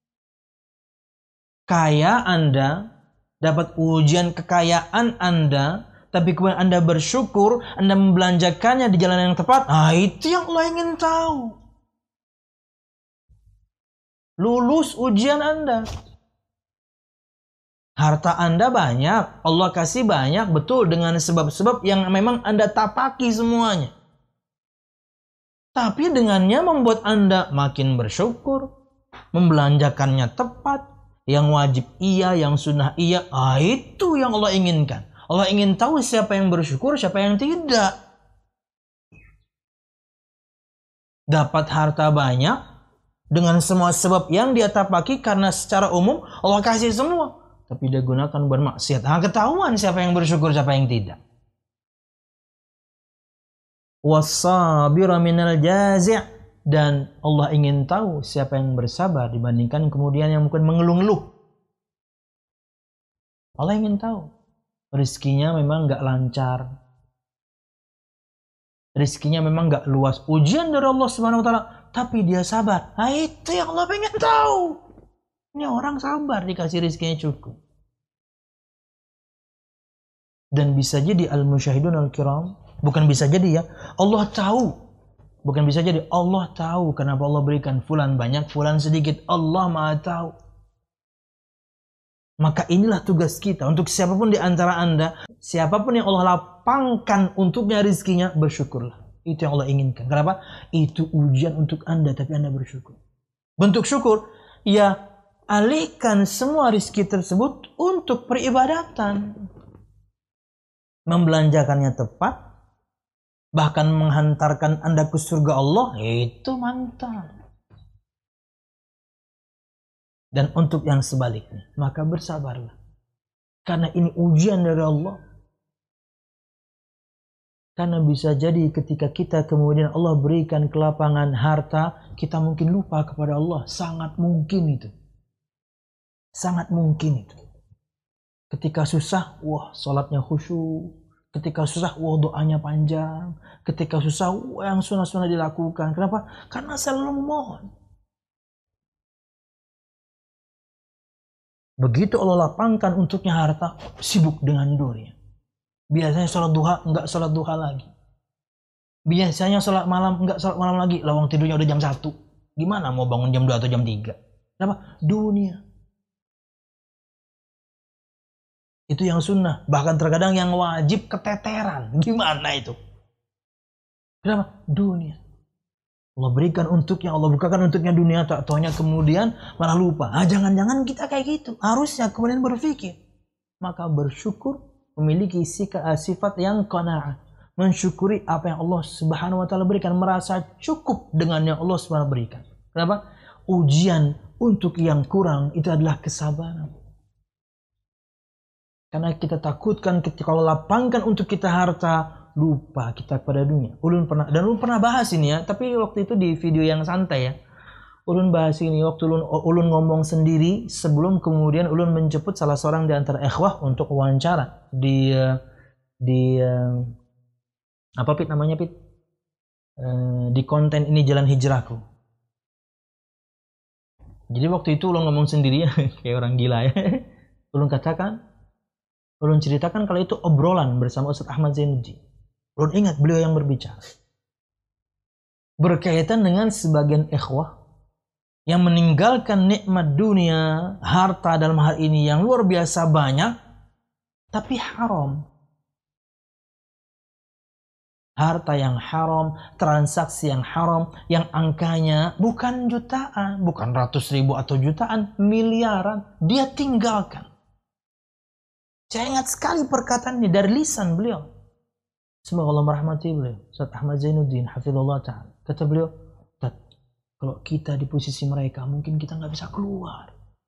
Kaya Anda, dapat ujian kekayaan Anda, tapi kemudian Anda bersyukur, Anda membelanjakannya di jalan yang tepat, nah itu yang Allah ingin tahu. Lulus ujian Anda. Harta Anda banyak, Allah kasih banyak, betul, dengan sebab-sebab yang memang Anda tapaki semuanya. Tapi dengannya membuat Anda makin bersyukur, membelanjakannya tepat, yang wajib iya, yang sunnah iya, ah, itu yang Allah inginkan. Allah ingin tahu siapa yang bersyukur, siapa yang tidak. Dapat harta banyak, dengan semua sebab yang dia tapaki, karena secara umum Allah kasih semua, tapi dia gunakan bermaksiat. Nah, ketahuan siapa yang bersyukur, siapa yang tidak. Was-sabira minal jazi', dan Allah ingin tahu siapa yang bersabar dibandingkan kemudian yang mungkin mengeluh-ngeluh. Allah ingin tahu. Rizkinya memang gak lancar, rizkinya memang gak luas, ujian dari Allah Subhanahu Wa Taala, tapi dia sabar. Nah, itu yang Allah pengen tahu. Ini orang sabar dikasih rizkinya cukup. Dan bisa jadi al-musyahidun al-kiram, bukan bisa jadi ya, Allah tahu. Bukan bisa jadi, Allah tahu kenapa Allah berikan fulan banyak, fulan sedikit. Allah Maha tahu. Maka inilah tugas kita untuk siapapun di antara Anda, siapapun yang Allah lapangkan untuknya rizkinya, bersyukurlah. Itu yang Allah inginkan. Kenapa? Itu ujian untuk Anda, tapi Anda bersyukur. Bentuk syukur, ya alihkan semua rizki tersebut untuk peribadatan. Membelanjakannya tepat, bahkan menghantarkan Anda ke surga Allah, itu mantap. Dan untuk yang sebaliknya, maka bersabarlah. Karena ini ujian dari Allah. Karena bisa jadi ketika kita kemudian Allah berikan kelapangan harta, kita mungkin lupa kepada Allah. Sangat mungkin itu. Sangat mungkin itu. Ketika susah, wah salatnya khusyuk. Ketika susah, wah doanya panjang. Ketika susah, wah yang sunnah-sunnah dilakukan. Kenapa? Karena selalu memohon. Begitu Allah lapangkan untuknya harta, sibuk dengan dunia. Biasanya sholat duha, enggak sholat duha lagi. Biasanya sholat malam, enggak sholat malam lagi. Lawang tidurnya udah jam satu. Gimana mau bangun jam dua atau jam tiga? Kenapa? Dunia. Itu yang sunnah. Bahkan terkadang yang wajib keteteran. Gimana itu? Kenapa? Dunia. Allah berikan untuknya, Allah bukakan untuknya dunia, tak taunya kemudian malah lupa. Ah, jangan-jangan kita kayak gitu. Harusnya kemudian berpikir. Maka bersyukur, memiliki sifat yang qanaah. Mensyukuri apa yang Allah Subhanahu Wa Taala berikan. Merasa cukup dengan yang Allah Subhanahu Wa Taala berikan. Kenapa? Ujian untuk yang kurang itu adalah kesabaran. Karena kita takutkan ketika Allah lapangkan untuk kita harta, lupa kita pada dunia. Ulun pernah, dan ulun pernah bahas ini ya, tapi waktu itu di video yang santai ya. Ulun bahas ini waktu ulun, ulun ngomong sendiri sebelum kemudian ulun menjemput salah seorang di antara ikhwah untuk wawancara di di apa Pit namanya Pit? Di konten ini Jalan Hijrahku. Jadi waktu itu ulun ngomong sendiri ya, kayak orang gila ya. Ulun katakan, ulun ceritakan kalau itu obrolan bersama Ustaz Ahmad Zainuddin. Ulun ingat beliau yang berbicara berkaitan dengan sebagian ikhwah yang meninggalkan nikmat dunia, harta dalam hal ini yang luar biasa banyak, tapi haram. Harta yang haram, transaksi yang haram, yang angkanya bukan jutaan, bukan ratus ribu atau jutaan, miliaran, dia tinggalkan. Saya ingat sekali perkataan ini dari lisan beliau. Semoga Allah merahmati beliau, Ustaz Ahmad Zainuddin, hafizallahu ta'ala. Kata beliau, kalau kita di posisi mereka, mungkin kita nggak bisa keluar.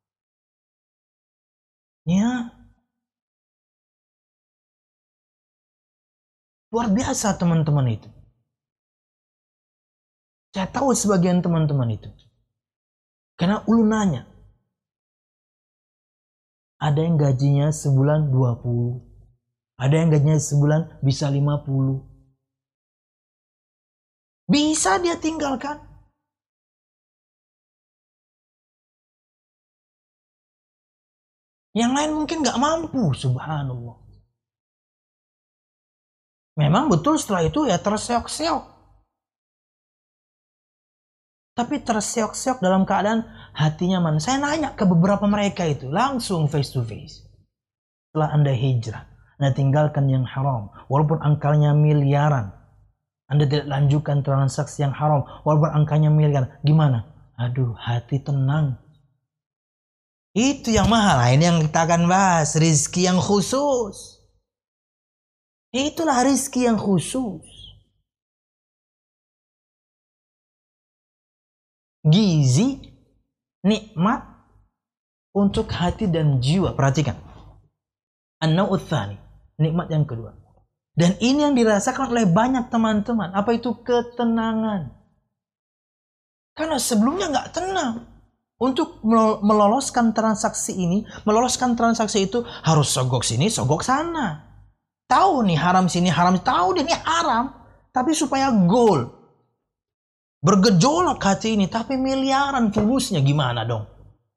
Ya. Luar biasa teman-teman itu. Saya tahu sebagian teman-teman itu. Karena ulun nanya. Ada yang gajinya sebulan dua puluh. Ada yang gajinya sebulan bisa lima puluh. Bisa dia tinggalkan. Yang lain mungkin gak mampu, subhanallah. Memang betul setelah itu ya terseok-seok. Tapi terseok-seok dalam keadaan hatinya mana. Saya nanya ke beberapa mereka itu, langsung face to face. Setelah Anda hijrah, Anda tinggalkan yang haram, walaupun angkanya miliaran. Anda tidak lanjutkan transaksi yang haram, walaupun angkanya miliaran. Gimana? Aduh, hati tenang. Itu yang mahal. Ini yang kita akan bahas. Rizki yang khusus. Itulah rizki yang khusus. gizi, nikmat untuk hati dan jiwa. Perhatikan. An-naw'ut tsani, nikmat yang kedua. Dan ini yang dirasakan oleh banyak teman-teman. Apa itu? Ketenangan. Karena sebelumnya nggak tenang. Untuk meloloskan transaksi ini, meloloskan transaksi itu harus sogok sini, sogok sana. Tahu nih haram sini, haram. Tahu dia ini haram. Tapi supaya goal. Bergejolak hati ini. Tapi miliaran fulusnya gimana dong?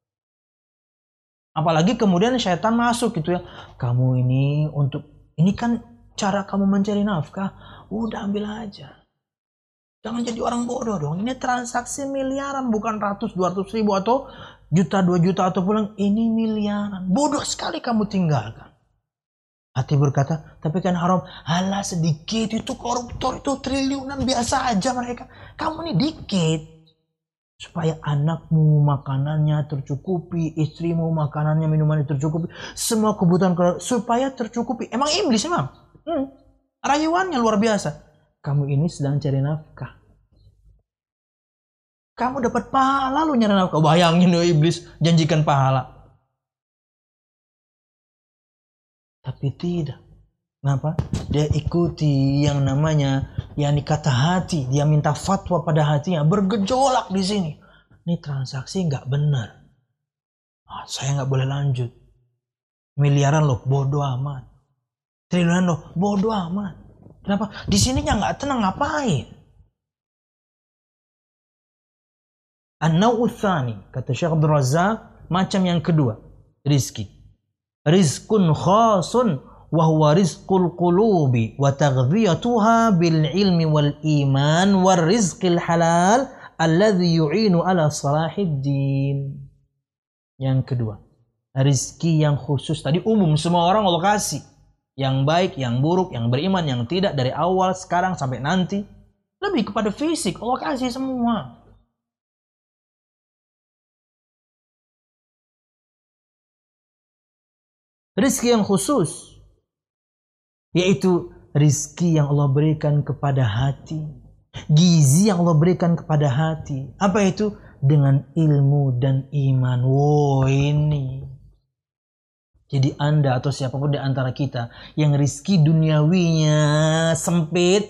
Apalagi kemudian syaitan masuk gitu ya. Kamu ini untuk, ini kan cara kamu mencari nafkah. Udah ambil aja. Jangan jadi orang bodoh dong. Ini transaksi miliaran, bukan ratus, dua ratus ribu atau juta, dua juta atau pulang. Ini miliaran. Bodoh sekali kamu tinggalkan. Hati berkata, tapi kan haram. Halah sedikit, itu koruptor, itu triliunan biasa aja mereka. Kamu ini dikit. Supaya anakmu makanannya tercukupi, istrimu makanannya, minumannya tercukupi, semua kebutuhan supaya tercukupi. Emang iblis emang? Hmm. Rayuannya luar biasa. Kamu ini sedang cari nafkah. Kamu dapat pahala lu nyari nafkah. Bayangin ya iblis janjikan pahala. Tapi tidak. Kenapa? Dia ikuti yang namanya yakni kata hati. Dia minta fatwa pada hatinya. Bergejolak di sini. Ini transaksi nggak benar. Ah, saya nggak boleh lanjut. Miliaran loh, bodoh amat. Triliunan loh, bodoh amat. Kenapa? Di sininya nggak tenang, ngapain? An-naw'ut tsani, kata Syekh Abdul Razak, macam yang kedua, rizki. Rizqun khasun wa huwa rizqul qulubi wa taghdhiyatuha bil ilmi wal iman war rizqil halal alladhi yu'inu ala salahid din. Yang kedua, rizki yang khusus. Tadi umum, semua orang Allah kasih. Yang baik, yang buruk, yang beriman, yang tidak, dari awal, sekarang, sampai nanti. Lebih kepada fisik, Allah kasih semua. Rizki yang khusus, yaitu rizki yang Allah berikan kepada hati. Gizi yang Allah berikan kepada hati. Apa itu? Dengan ilmu dan iman. Wow, ini. Jadi Anda atau siapapun di antara kita yang rizki duniawinya sempit,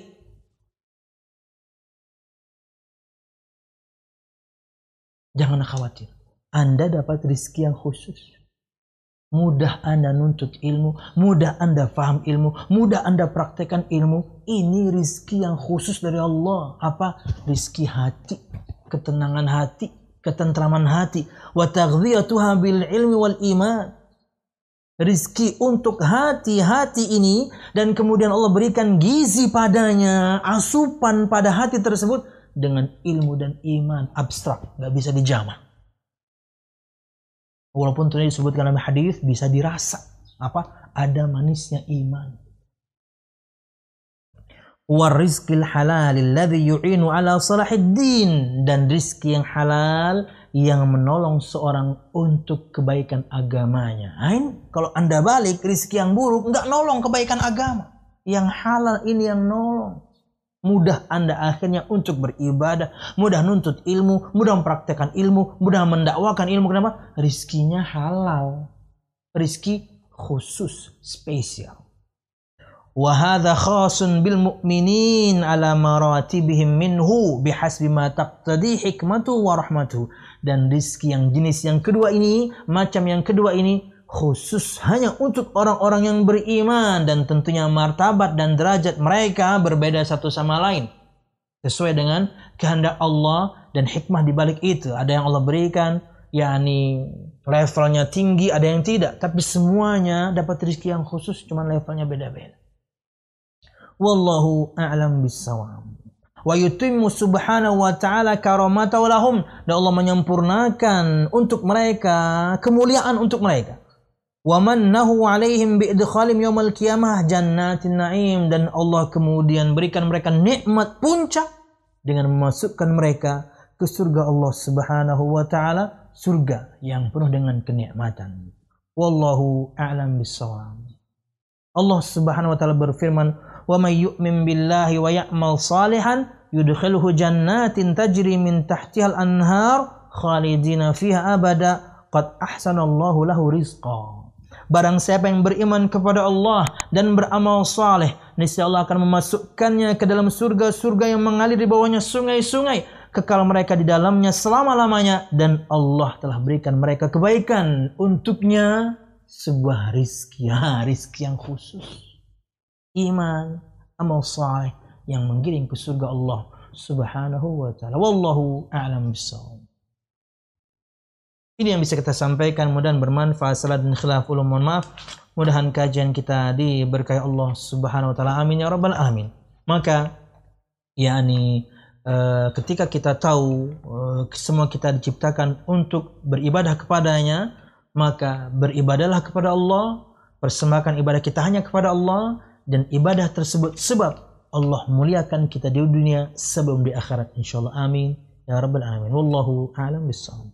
jangan khawatir. Anda dapat rizki yang khusus. Mudah Anda nuntut ilmu, mudah Anda paham ilmu, mudah Anda praktekkan ilmu. Ini rizki yang khusus dari Allah. Apa? Rizki hati, ketenangan hati, ketentraman hati. Wa taghdhiyatuha bil ilmi wal iman. Rizki untuk hati-hati ini, dan kemudian Allah berikan gizi padanya, asupan pada hati tersebut dengan ilmu dan iman. Abstrak, gak bisa dijamah. Walaupun tadi disebutkan dalam hadis, bisa dirasa. Apa? Ada manisnya iman. Wa rizqil halal alladhi yu'inu ala salahiddin, dan rizki yang halal yang menolong seorang untuk kebaikan agamanya. Ain, kalau Anda balik rizki yang buruk, enggak nolong kebaikan agama. Yang halal ini yang nolong. Mudah Anda akhirnya untuk beribadah, mudah nuntut ilmu, mudah mempraktekkan ilmu, mudah mendakwakan ilmu. Kenapa? Rizkinya halal. Rizki khusus, spesial. Wa hadza khasun bil mu'minin ala maratibihim minhu bihasbi ma taqtadi hikmatu wa rahmatuh. Dan rizki yang jenis yang kedua ini, macam yang kedua ini, khusus hanya untuk orang-orang yang beriman, dan tentunya martabat dan derajat mereka berbeda satu sama lain sesuai dengan kehendak Allah dan hikmah di balik itu. Ada yang Allah berikan yakni levelnya tinggi, ada yang tidak, tapi semuanya dapat rezeki yang khusus, cuman levelnya beda-beda. Wallahu a'lam bissawab. Wa yutimmu subhanahu wa ta'ala karamatahu lahum, dan Allah menyempurnakan untuk mereka kemuliaan untuk mereka. Wa mannahu alaihim bi idkhalim yaumal qiyamah jannatin na'im, dan Allah kemudian berikan mereka nikmat puncak dengan memasukkan mereka ke surga Allah Subhanahu wa taala, surga yang penuh dengan kenikmatan. Wallahu a'lam bissawab. Allah Subhanahu wa taala berfirman, "Wa may yu'min billahi wa ya'mal salihan yudkhiluhu jannatin tajri min tahtihal anhar khalidina fiha abada qad ahsanallahu lahu rizqa. Barang siapa yang beriman kepada Allah dan beramal saleh, niscaya Allah akan memasukkannya ke dalam surga-surga yang mengalir di bawahnya sungai-sungai, kekal mereka di dalamnya selama-lamanya, dan Allah telah berikan mereka kebaikan untuknya, sebuah rizki, ya, rizki yang khusus. Iman, amal saleh yang menggiring ke surga Allah Subhanahu wa taala. Wallahu a'lam bissawab. Ini yang bisa kita sampaikan, mudah-mudahan bermanfaat. Salah dan khilaf ulum, mohon maaf. Mudahan kajian kita diberkahi Allah Subhanahu wa taala. Amin ya rabbal alamin. Maka yakni uh, ketika kita tahu uh, semua kita diciptakan untuk beribadah kepadanya, maka beribadahlah kepada Allah, persembahkan ibadah kita hanya kepada Allah, dan ibadah tersebut sebab Allah muliakan kita di dunia sebelum di akhirat insyaallah. Amin ya rabbal alamin. Wallahu a'lam bissawab.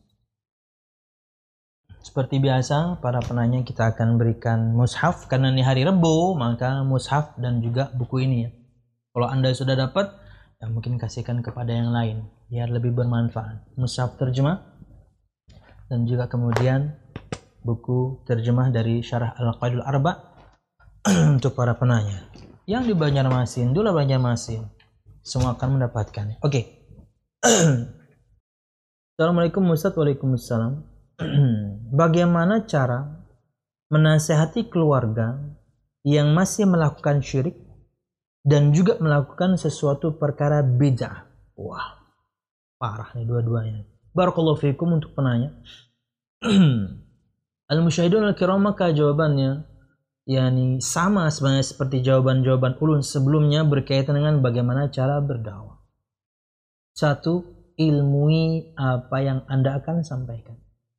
Seperti biasa para penanya kita akan berikan mushaf, karena ini hari Rebo, maka mushaf dan juga buku ini ya. Kalau Anda sudah dapat, ya mungkin kasihkan kepada yang lain biar lebih bermanfaat. Mushaf terjemah dan juga kemudian buku terjemah dari Syarah Al-Qaidul Arba untuk para penanya. Yang di Banjarmasin, Dula Banjarmasin, semua akan mendapatkan. Oke. Okay. Assalamualaikum Ustaz. Waalaikumsalam. Bagaimana cara menasehati keluarga yang masih melakukan syirik dan juga melakukan sesuatu perkara bid'ah? Wah, parah nih dua-duanya. Barakallahu fiikum untuk penanya. Al-musyahidun al-kiram, maka jawabannya yakni sama sebenarnya seperti jawaban-jawaban ulun sebelumnya berkaitan dengan bagaimana cara berdakwah. Satu, ilmui apa yang Anda akan sampaikan.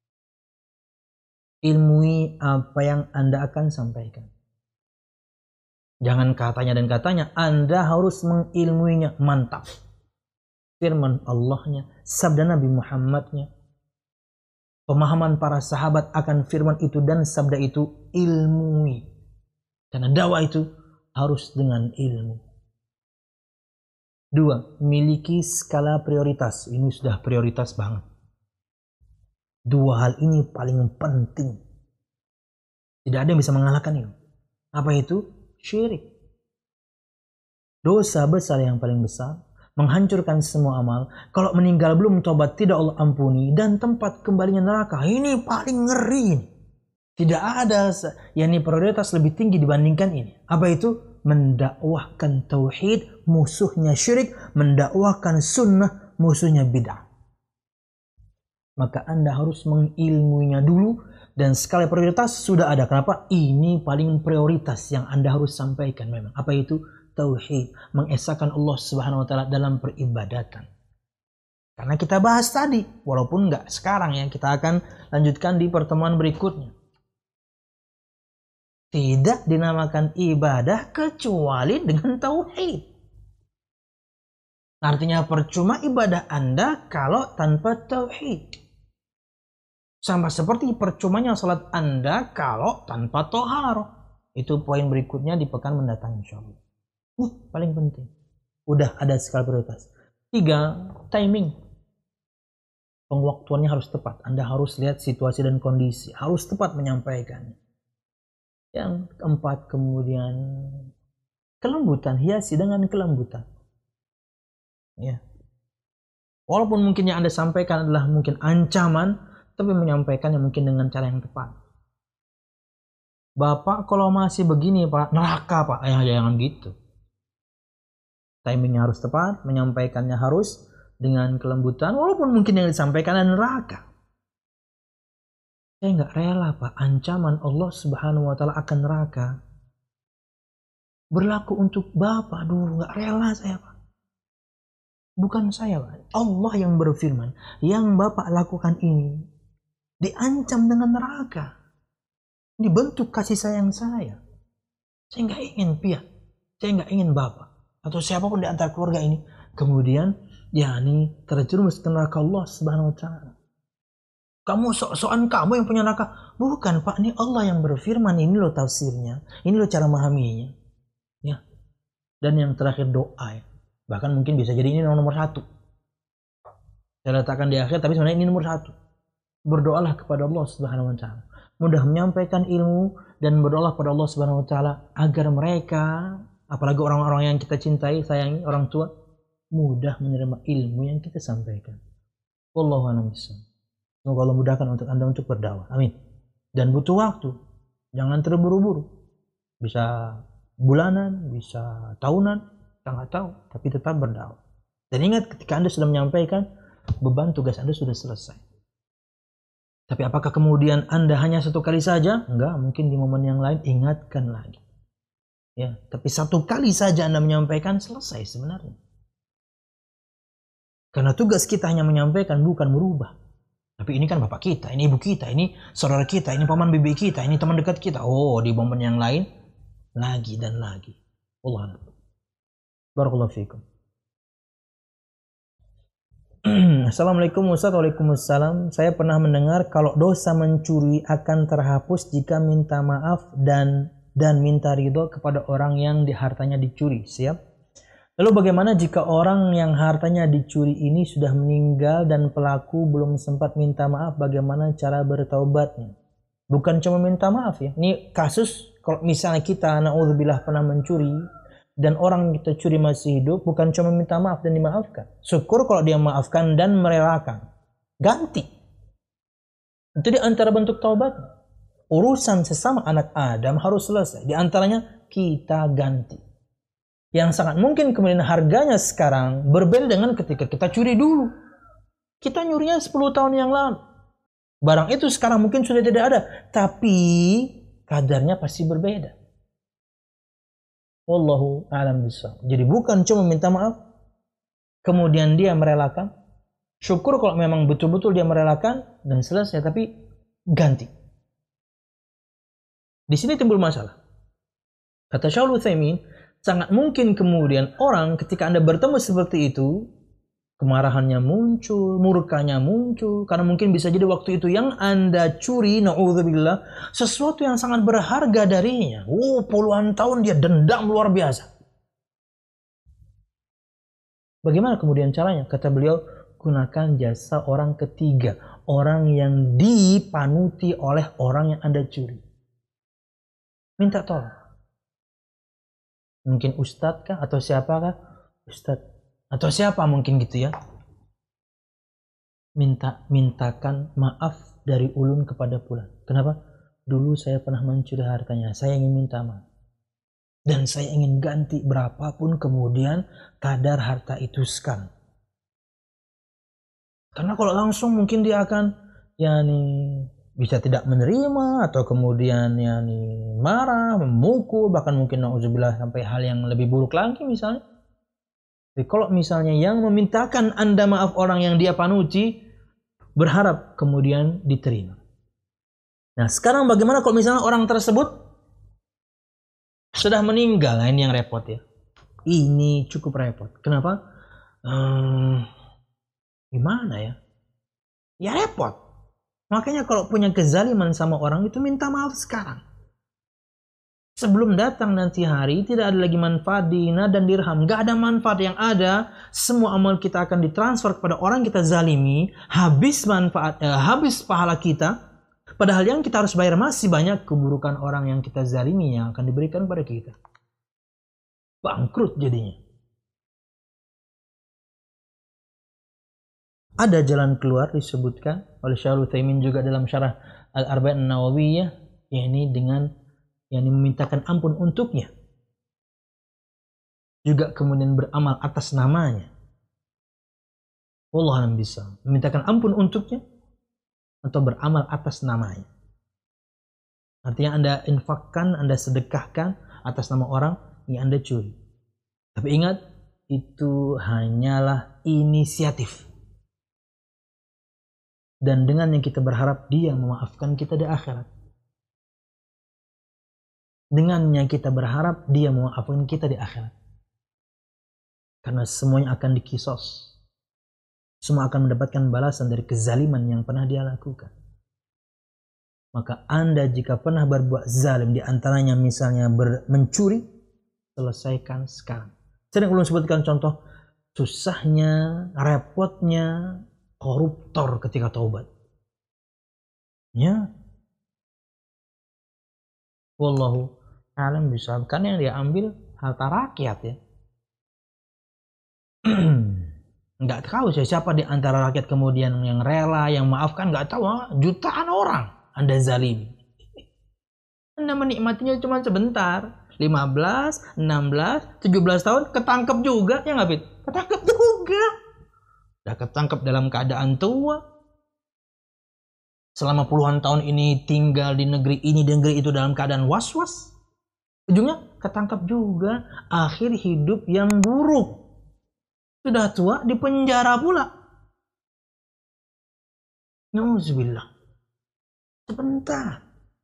Ilmui apa yang Anda akan sampaikan. Jangan katanya dan katanya, Anda harus mengilmuinya. Mantap. Firman Allahnya, sabda Nabi Muhammadnya, pemahaman para sahabat akan firman itu dan sabda itu, ilmui. Karena dakwah itu harus dengan ilmu. Dua, miliki skala prioritas. Ini sudah prioritas banget. Dua hal ini paling penting. Tidak ada yang bisa mengalahkan ini. Apa itu? Syirik. Dosa besar yang paling besar, menghancurkan semua amal. Kalau meninggal belum tobat, tidak Allah ampuni, dan tempat kembalinya neraka. Ini paling ngeri. Tidak ada yang ini prioritas lebih tinggi dibandingkan ini. Apa itu? Mendakwahkan tauhid, musuhnya syirik. Mendakwahkan sunnah, musuhnya bid'ah. Maka Anda harus mengilmuinya dulu, dan skala prioritas sudah ada. Kenapa? Ini paling prioritas yang Anda harus sampaikan memang. Apa itu? Tauhid, mengesahkan Allah Subhanahu wa taala dalam peribadatan. Karena kita bahas tadi, walaupun nggak sekarang ya, kita akan lanjutkan di pertemuan berikutnya. Tidak dinamakan ibadah kecuali dengan tauhid. Artinya percuma ibadah Anda kalau tanpa tauhid. Sama seperti percumanya salat Anda kalau tanpa toharoh. Itu poin berikutnya di pekan mendatang insyaallah. Ini paling penting. Udah ada skala prioritas. Tiga, timing. Pengwaktuannya harus tepat. Anda harus lihat situasi dan kondisi. Harus tepat menyampaikannya. Yang keempat, kemudian kelembutan. Hiasi dengan kelembutan. Ya. Walaupun mungkin yang Anda sampaikan adalah mungkin ancaman, tapi menyampaikannya mungkin dengan cara yang tepat. Bapak kalau masih begini Pak, neraka Pak. Ya jangan gitu. Timingnya harus tepat, menyampaikannya harus dengan kelembutan, walaupun mungkin yang disampaikan adalah neraka. Saya nggak rela Pak, ancaman Allah Subhanahu wa taala akan neraka berlaku untuk Bapak. Aduh, nggak rela saya Pak. Bukan saya Pak, Allah yang berfirman, yang Bapak lakukan ini diancam dengan neraka. Dibentuk kasih sayang saya. Saya nggak ingin pihak, saya nggak ingin Bapak atau siapapun di antara keluarga ini kemudian yakni terjerumus ke neraka Allah Subhanahu wa taala. Kamu sok-sokan kamu yang punya neraka. Bukan Pak, ini Allah yang berfirman, ini loh tafsirnya, ini loh cara memahaminya. Ya. Dan yang terakhir doa. Ya. Bahkan mungkin bisa jadi ini nomor satu. Saya letakkan di akhir, tapi sebenarnya ini nomor satu. Berdoalah kepada Allah Subhanahu wa taala. Mudah menyampaikan ilmu dan berdoalah kepada Allah Subhanahu wa taala agar mereka, apalagi orang-orang yang kita cintai, sayangi, orang tua, mudah menerima ilmu yang kita sampaikan. Wallahu a'lam bishawab. Semoga Allah mudahkan untuk Anda untuk berdakwah. Amin. Dan butuh waktu. Jangan terburu-buru. Bisa bulanan, bisa tahunan, kita nggak tahu, tapi tetap berdakwah. Dan ingat, ketika Anda sudah menyampaikan, beban tugas Anda sudah selesai. Tapi apakah kemudian Anda hanya satu kali saja? Enggak, mungkin di momen yang lain ingatkan lagi. Ya, tapi satu kali saja Anda menyampaikan, selesai sebenarnya. Karena tugas kita hanya menyampaikan, bukan merubah. Tapi ini kan bapak kita, ini ibu kita, ini saudara kita, ini paman bibi kita, ini teman dekat kita. Oh, di momen yang lain lagi dan lagi. Allah. Barakallahu fiikum. Assalamualaikum Ustaz. Waalaikumsalam. Saya pernah mendengar kalau dosa mencuri akan terhapus jika minta maaf dan dan minta ridho kepada orang yang di hartanya dicuri. Siap? Lalu bagaimana jika orang yang hartanya dicuri ini sudah meninggal dan pelaku belum sempat minta maaf? Bagaimana cara bertaubatnya? Bukan cuma minta maaf ya. Ini kasus kalau misalnya kita na'udzubillah pernah mencuri dan orang kita curi masih hidup, bukan cuma minta maaf dan dimaafkan. Syukur kalau dia maafkan dan merelakan. Ganti. Itu di antara bentuk taubat. Urusan sesama anak Adam harus selesai. Di antaranya kita ganti. Yang sangat mungkin kemudian harganya sekarang berbeda dengan ketika kita curi dulu. Kita nyurinya sepuluh tahun yang lalu. Barang itu sekarang mungkin sudah tidak ada. Tapi kadarnya pasti berbeda. Wallahu a'lam bishawab. Jadi bukan cuma minta maaf, kemudian dia merelakan. Syukur kalau memang betul-betul dia merelakan dan selesai, tapi ganti. Di sini timbul masalah. Kata Syaikh Utsaimin, sangat mungkin kemudian orang ketika Anda bertemu seperti itu, kemarahannya muncul, murkanya muncul, karena mungkin bisa jadi waktu itu yang Anda curi, na'udzubillah, sesuatu yang sangat berharga darinya. Oh, puluhan tahun dia dendam luar biasa. Bagaimana kemudian caranya? Kata beliau, gunakan jasa orang ketiga, orang yang dipanuti oleh orang yang Anda curi. Minta tolong. Mungkin ustadz kah atau siapakah? Ustadz atau siapa mungkin gitu ya. Minta mintakan maaf dari ulun kepada fulan. Kenapa? Dulu saya pernah mencuri hartanya. Saya ingin minta maaf. Dan saya ingin ganti berapapun kemudian kadar harta itu sekarang. Karena kalau langsung mungkin dia akan yani bisa tidak menerima atau kemudian yani marah, memukul, bahkan mungkin na'udzubillah sampai hal yang lebih buruk lagi misalnya. Tapi kalau misalnya yang memintakan Anda maaf orang yang dia panuti, berharap kemudian diterima. Nah sekarang bagaimana kalau misalnya orang tersebut sudah meninggal? Nah ini yang repot ya. Ini cukup repot. Kenapa? Hmm, gimana ya? Ya repot. Makanya kalau punya kezaliman sama orang itu minta maaf sekarang. Sebelum datang nanti hari, tidak ada lagi manfaat dinar dan dirham. Gak ada manfaat yang ada. Semua amal kita akan ditransfer kepada orang kita zalimi. Habis manfaat, eh, habis pahala kita. Padahal yang kita harus bayar masih banyak keburukan orang yang kita zalimi yang akan diberikan kepada kita. Bangkrut jadinya. Ada jalan keluar disebutkan oleh Syaikh Utsaimin juga dalam syarah Al-Arba'in An-Nawawiyah. Yakni dengan yang memintakan ampun untuknya, juga kemudian beramal atas namanya. Allah alam bisa memintakan ampun untuknya atau beramal atas namanya. Artinya Anda infakkan, Anda sedekahkan atas nama orang yang Anda curi. Tapi ingat, itu hanyalah inisiatif. Dan dengan yang kita berharap dia memaafkan kita di akhirat. Dengannya kita berharap dia memaafkan kita di akhirat. Karena semuanya akan dikisos. Semua akan mendapatkan balasan dari kezaliman yang pernah dia lakukan. Maka Anda jika pernah berbuat zalim, di antaranya misalnya ber, mencuri, selesaikan sekarang. Sering ulun sebutkan contoh, susahnya, repotnya koruptor ketika taubat. Ya. Wallahu a'lam bishawab. Karena yang dia ambil harta rakyat ya. Nggak tahu siapa di antara rakyat kemudian yang rela, yang maafkan, nggak tahu. Jutaan orang Anda zalimi. Anda menikmatinya cuma sebentar. lima belas, enam belas, tujuh belas tahun ketangkep juga, ya nggak Fit? Ketangkep juga. Udah ketangkep dalam keadaan tua. Selama puluhan tahun ini tinggal di negeri ini, di negeri itu dalam keadaan was-was. Ujungnya ketangkep juga. Akhir hidup yang buruk. Sudah tua di penjara pula. Nauzubillah. Sebentar.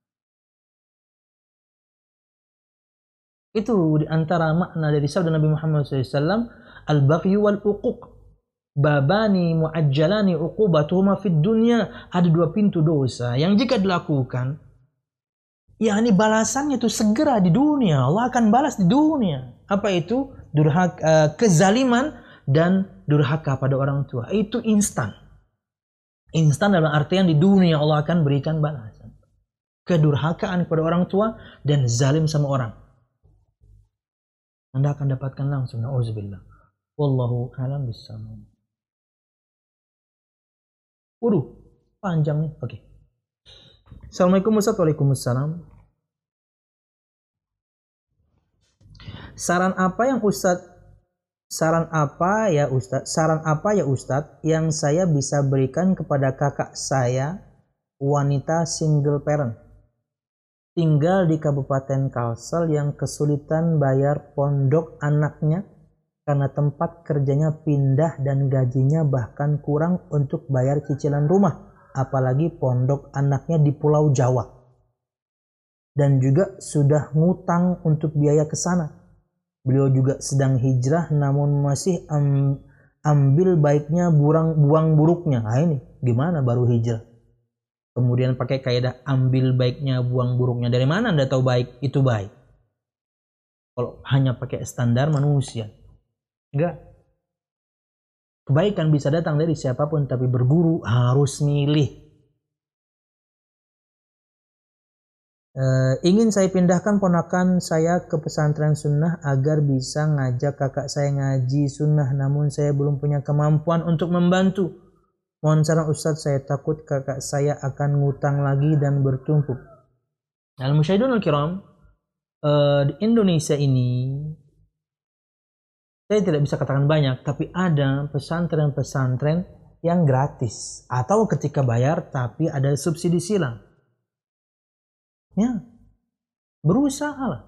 Itu diantara makna dari sabda Nabi Muhammad shallallahu alaihi wasallam, al-baghyu wal uquq babani muajjalani uqubatuhuma fid dunya. Ada dua pintu dosa yang jika dilakukan, yakni balasannya itu segera di dunia. Allah akan balas di dunia. Apa itu? Durhaka, uh, kezaliman dan durhaka pada orang tua. Itu instan. Instan dalam artian di dunia Allah akan berikan balasan. Kedurhakaan kepada orang tua dan zalim sama orang, Anda akan dapatkan langsung. Nauzubillah. Wallahu a'lam bishawab. Waduh, panjang nih. Oke. Okay. Assalamualaikum warahmatullahi wabarakatuh. Saran apa yang Ustadz Saran apa ya Ustadz? Saran apa ya Ustadz yang saya bisa berikan kepada kakak saya, wanita single parent, tinggal di Kabupaten Kalsel yang kesulitan bayar pondok anaknya karena tempat kerjanya pindah dan gajinya bahkan kurang untuk bayar cicilan rumah, apalagi pondok anaknya di Pulau Jawa. Dan juga sudah ngutang untuk biaya ke sana. Beliau juga sedang hijrah namun masih am, ambil baiknya burang, buang buruknya. Nah ini gimana baru hijrah? Kemudian pakai kaidah ambil baiknya buang buruknya. Dari mana Anda tahu baik itu baik? Kalau hanya pakai standar manusia. Enggak. Kebaikan bisa datang dari siapapun, tapi berguru harus milih. Uh, ingin saya pindahkan ponakan saya ke pesantren sunnah agar bisa ngajak kakak saya ngaji sunnah, namun saya belum punya kemampuan untuk membantu. Mohon saran Ustadz, saya takut kakak saya akan ngutang lagi dan bertumpuk. Al-Musyahidun Al-Kiram, uh, di Indonesia ini saya tidak bisa katakan banyak, tapi ada pesantren-pesantren yang gratis atau ketika bayar tapi ada subsidi silang. Ya, berusaha lah.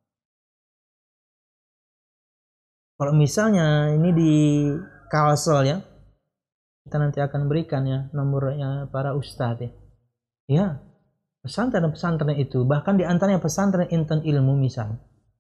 Kalau misalnya ini di Kalsel ya, kita nanti akan berikan ya nomornya para ustadz ya. Ya, pesantren-pesantren itu, bahkan di antaranya pesantren Intan Ilmu misalnya,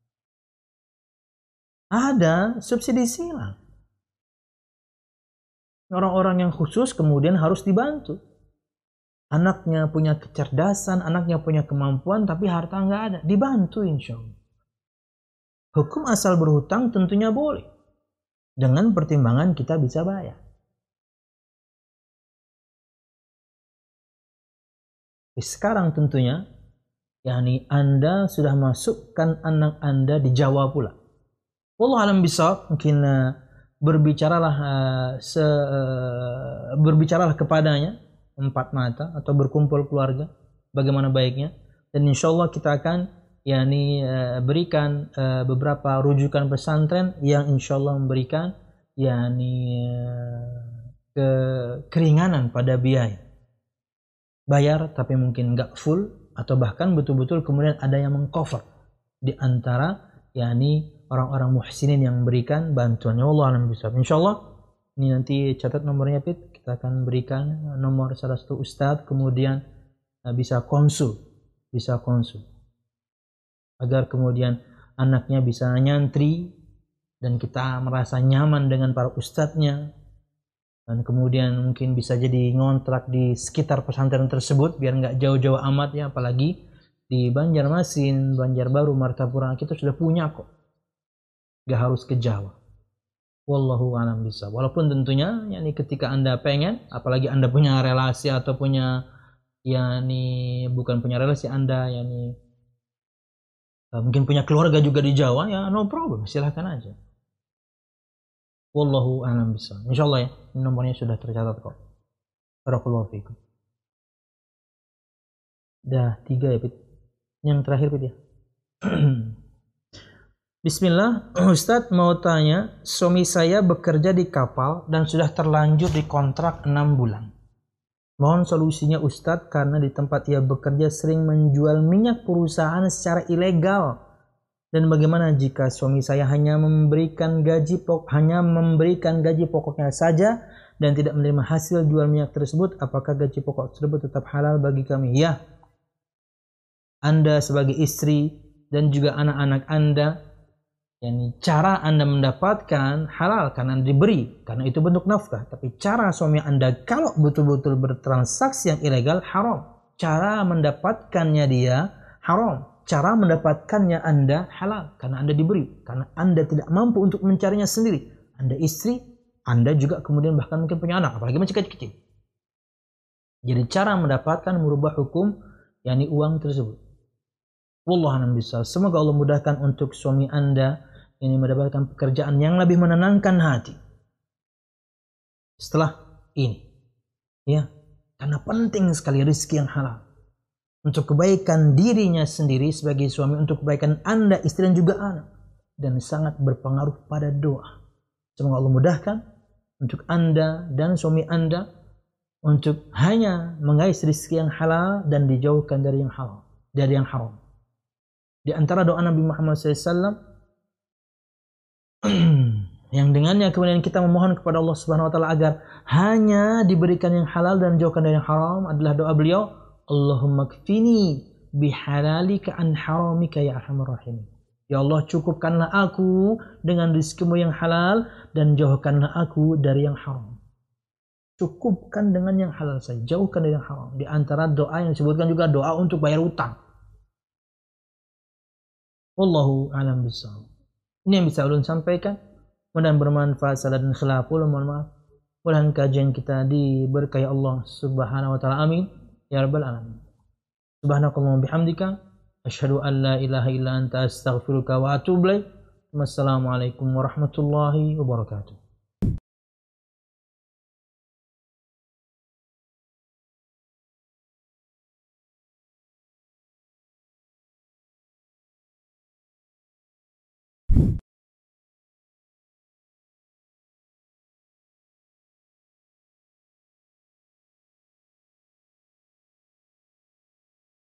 ada subsidi silang. Orang-orang yang khusus kemudian harus dibantu. Anaknya punya kecerdasan, anaknya punya kemampuan, tapi harta nggak ada. Dibantu insya Allah. Hukum asal berhutang tentunya boleh. Dengan pertimbangan kita bisa bayar. Sekarang tentunya, yakni Anda sudah masukkan anak Anda di Jawa pula. Wallahu a'lam bishawab, mungkin uh, berbicaralah uh, se, uh, berbicaralah kepadanya empat mata atau berkumpul keluarga bagaimana baiknya, dan insya Allah kita akan yakni uh, berikan uh, beberapa rujukan pesantren yang insya Allah memberikan yakni uh, ke keringanan pada biaya bayar, tapi mungkin nggak full atau bahkan betul-betul kemudian ada yang mengcover di antara yakni orang-orang muhsinin yang memberikan bantuannya. Allah alam bisawab. Insya Allah ini nanti catat nomornya Pit. Kita akan berikan nomor salah satu ustadz, kemudian uh, bisa konsul, bisa konsul, agar kemudian anaknya bisa nyantri dan kita merasa nyaman dengan para ustadznya, dan kemudian mungkin bisa jadi ngontrak di sekitar pesantren tersebut biar nggak jauh-jauh amat ya, apalagi di Banjarmasin, Banjarbaru, Martapura kita sudah punya kok, nggak harus ke Jawa. Wallahu a'lam bishawab. Walaupun tentunya yakni ketika Anda pengen, apalagi Anda punya relasi atau punya yakni bukan punya relasi Anda yakni uh, mungkin punya keluarga juga di Jawa, ya no problem, silahkan aja. Wallahu a'lam bishawab. Insyaallah ya, nomornya sudah tercatat kok. Barakallahu fikum. Dah tiga ya, Pit. Yang terakhir, Pit ya. Bismillah, Ustadz mau tanya, suami saya bekerja di kapal dan sudah terlanjur di kontrak enam bulan. Mohon solusinya Ustadz, karena di tempat ia bekerja sering menjual minyak perusahaan secara ilegal. Dan bagaimana jika suami saya hanya memberikan gaji pokok, hanya memberikan gaji pokoknya saja dan tidak menerima hasil jual minyak tersebut, apakah gaji pokok tersebut tetap halal bagi kami? Ya, Anda sebagai istri dan juga anak-anak Anda, yani cara Anda mendapatkan halal karena Anda diberi, karena itu bentuk nafkah. Tapi cara suami Anda kalau betul-betul bertransaksi yang ilegal, haram. Cara mendapatkannya dia haram. Cara mendapatkannya Anda halal karena Anda diberi, karena Anda tidak mampu untuk mencarinya sendiri. Anda istri, Anda juga kemudian bahkan mungkin punya anak, apalagi masih kecil-kecil. Jadi cara mendapatkan merubah hukum yakni uang tersebut. Wallahu a'lam bishawab. Semoga Allah mudahkan untuk suami Anda ini mendapatkan pekerjaan yang lebih menenangkan hati setelah ini, ya, karena penting sekali rezeki yang halal untuk kebaikan dirinya sendiri sebagai suami, untuk kebaikan Anda istri dan juga anak, dan sangat berpengaruh pada doa. Semoga Allah mudahkan untuk Anda dan suami Anda untuk hanya mengais rezeki yang halal dan dijauhkan dari yang halal, dari yang haram. Di antara doa Nabi Muhammad shallallahu alaihi wasallam yang dengannya kemudian kita memohon kepada Allah Subhanahu wa taala agar hanya diberikan yang halal dan jauhkan dari yang haram adalah doa beliau, Allahumma kfini bihalalika an haramika ya arhamar rahimin. Ya Allah, cukupkanlah aku dengan rizkimu yang halal dan jauhkanlah aku dari yang haram. Cukupkan dengan yang halal saja, jauhkan dari yang haram. Di antara doa yang disebutkan juga doa untuk bayar utang. Wallahu a'lam bishawab. Ini yang bisa ulun sampaikan. Mudah-mudahan bermanfaat. Salah dan khilaf, mohon maaf. Mudah-mudahan kajian kita diberkahi Allah Subhanahu wa taala. Amin ya rabbal alamin. Subhanakallahumma bihamdika asyhadu an la ilaha illa anta astaghfiruka wa atubu ilaik. Wassalamualaikum warahmatullahi wabarakatuh.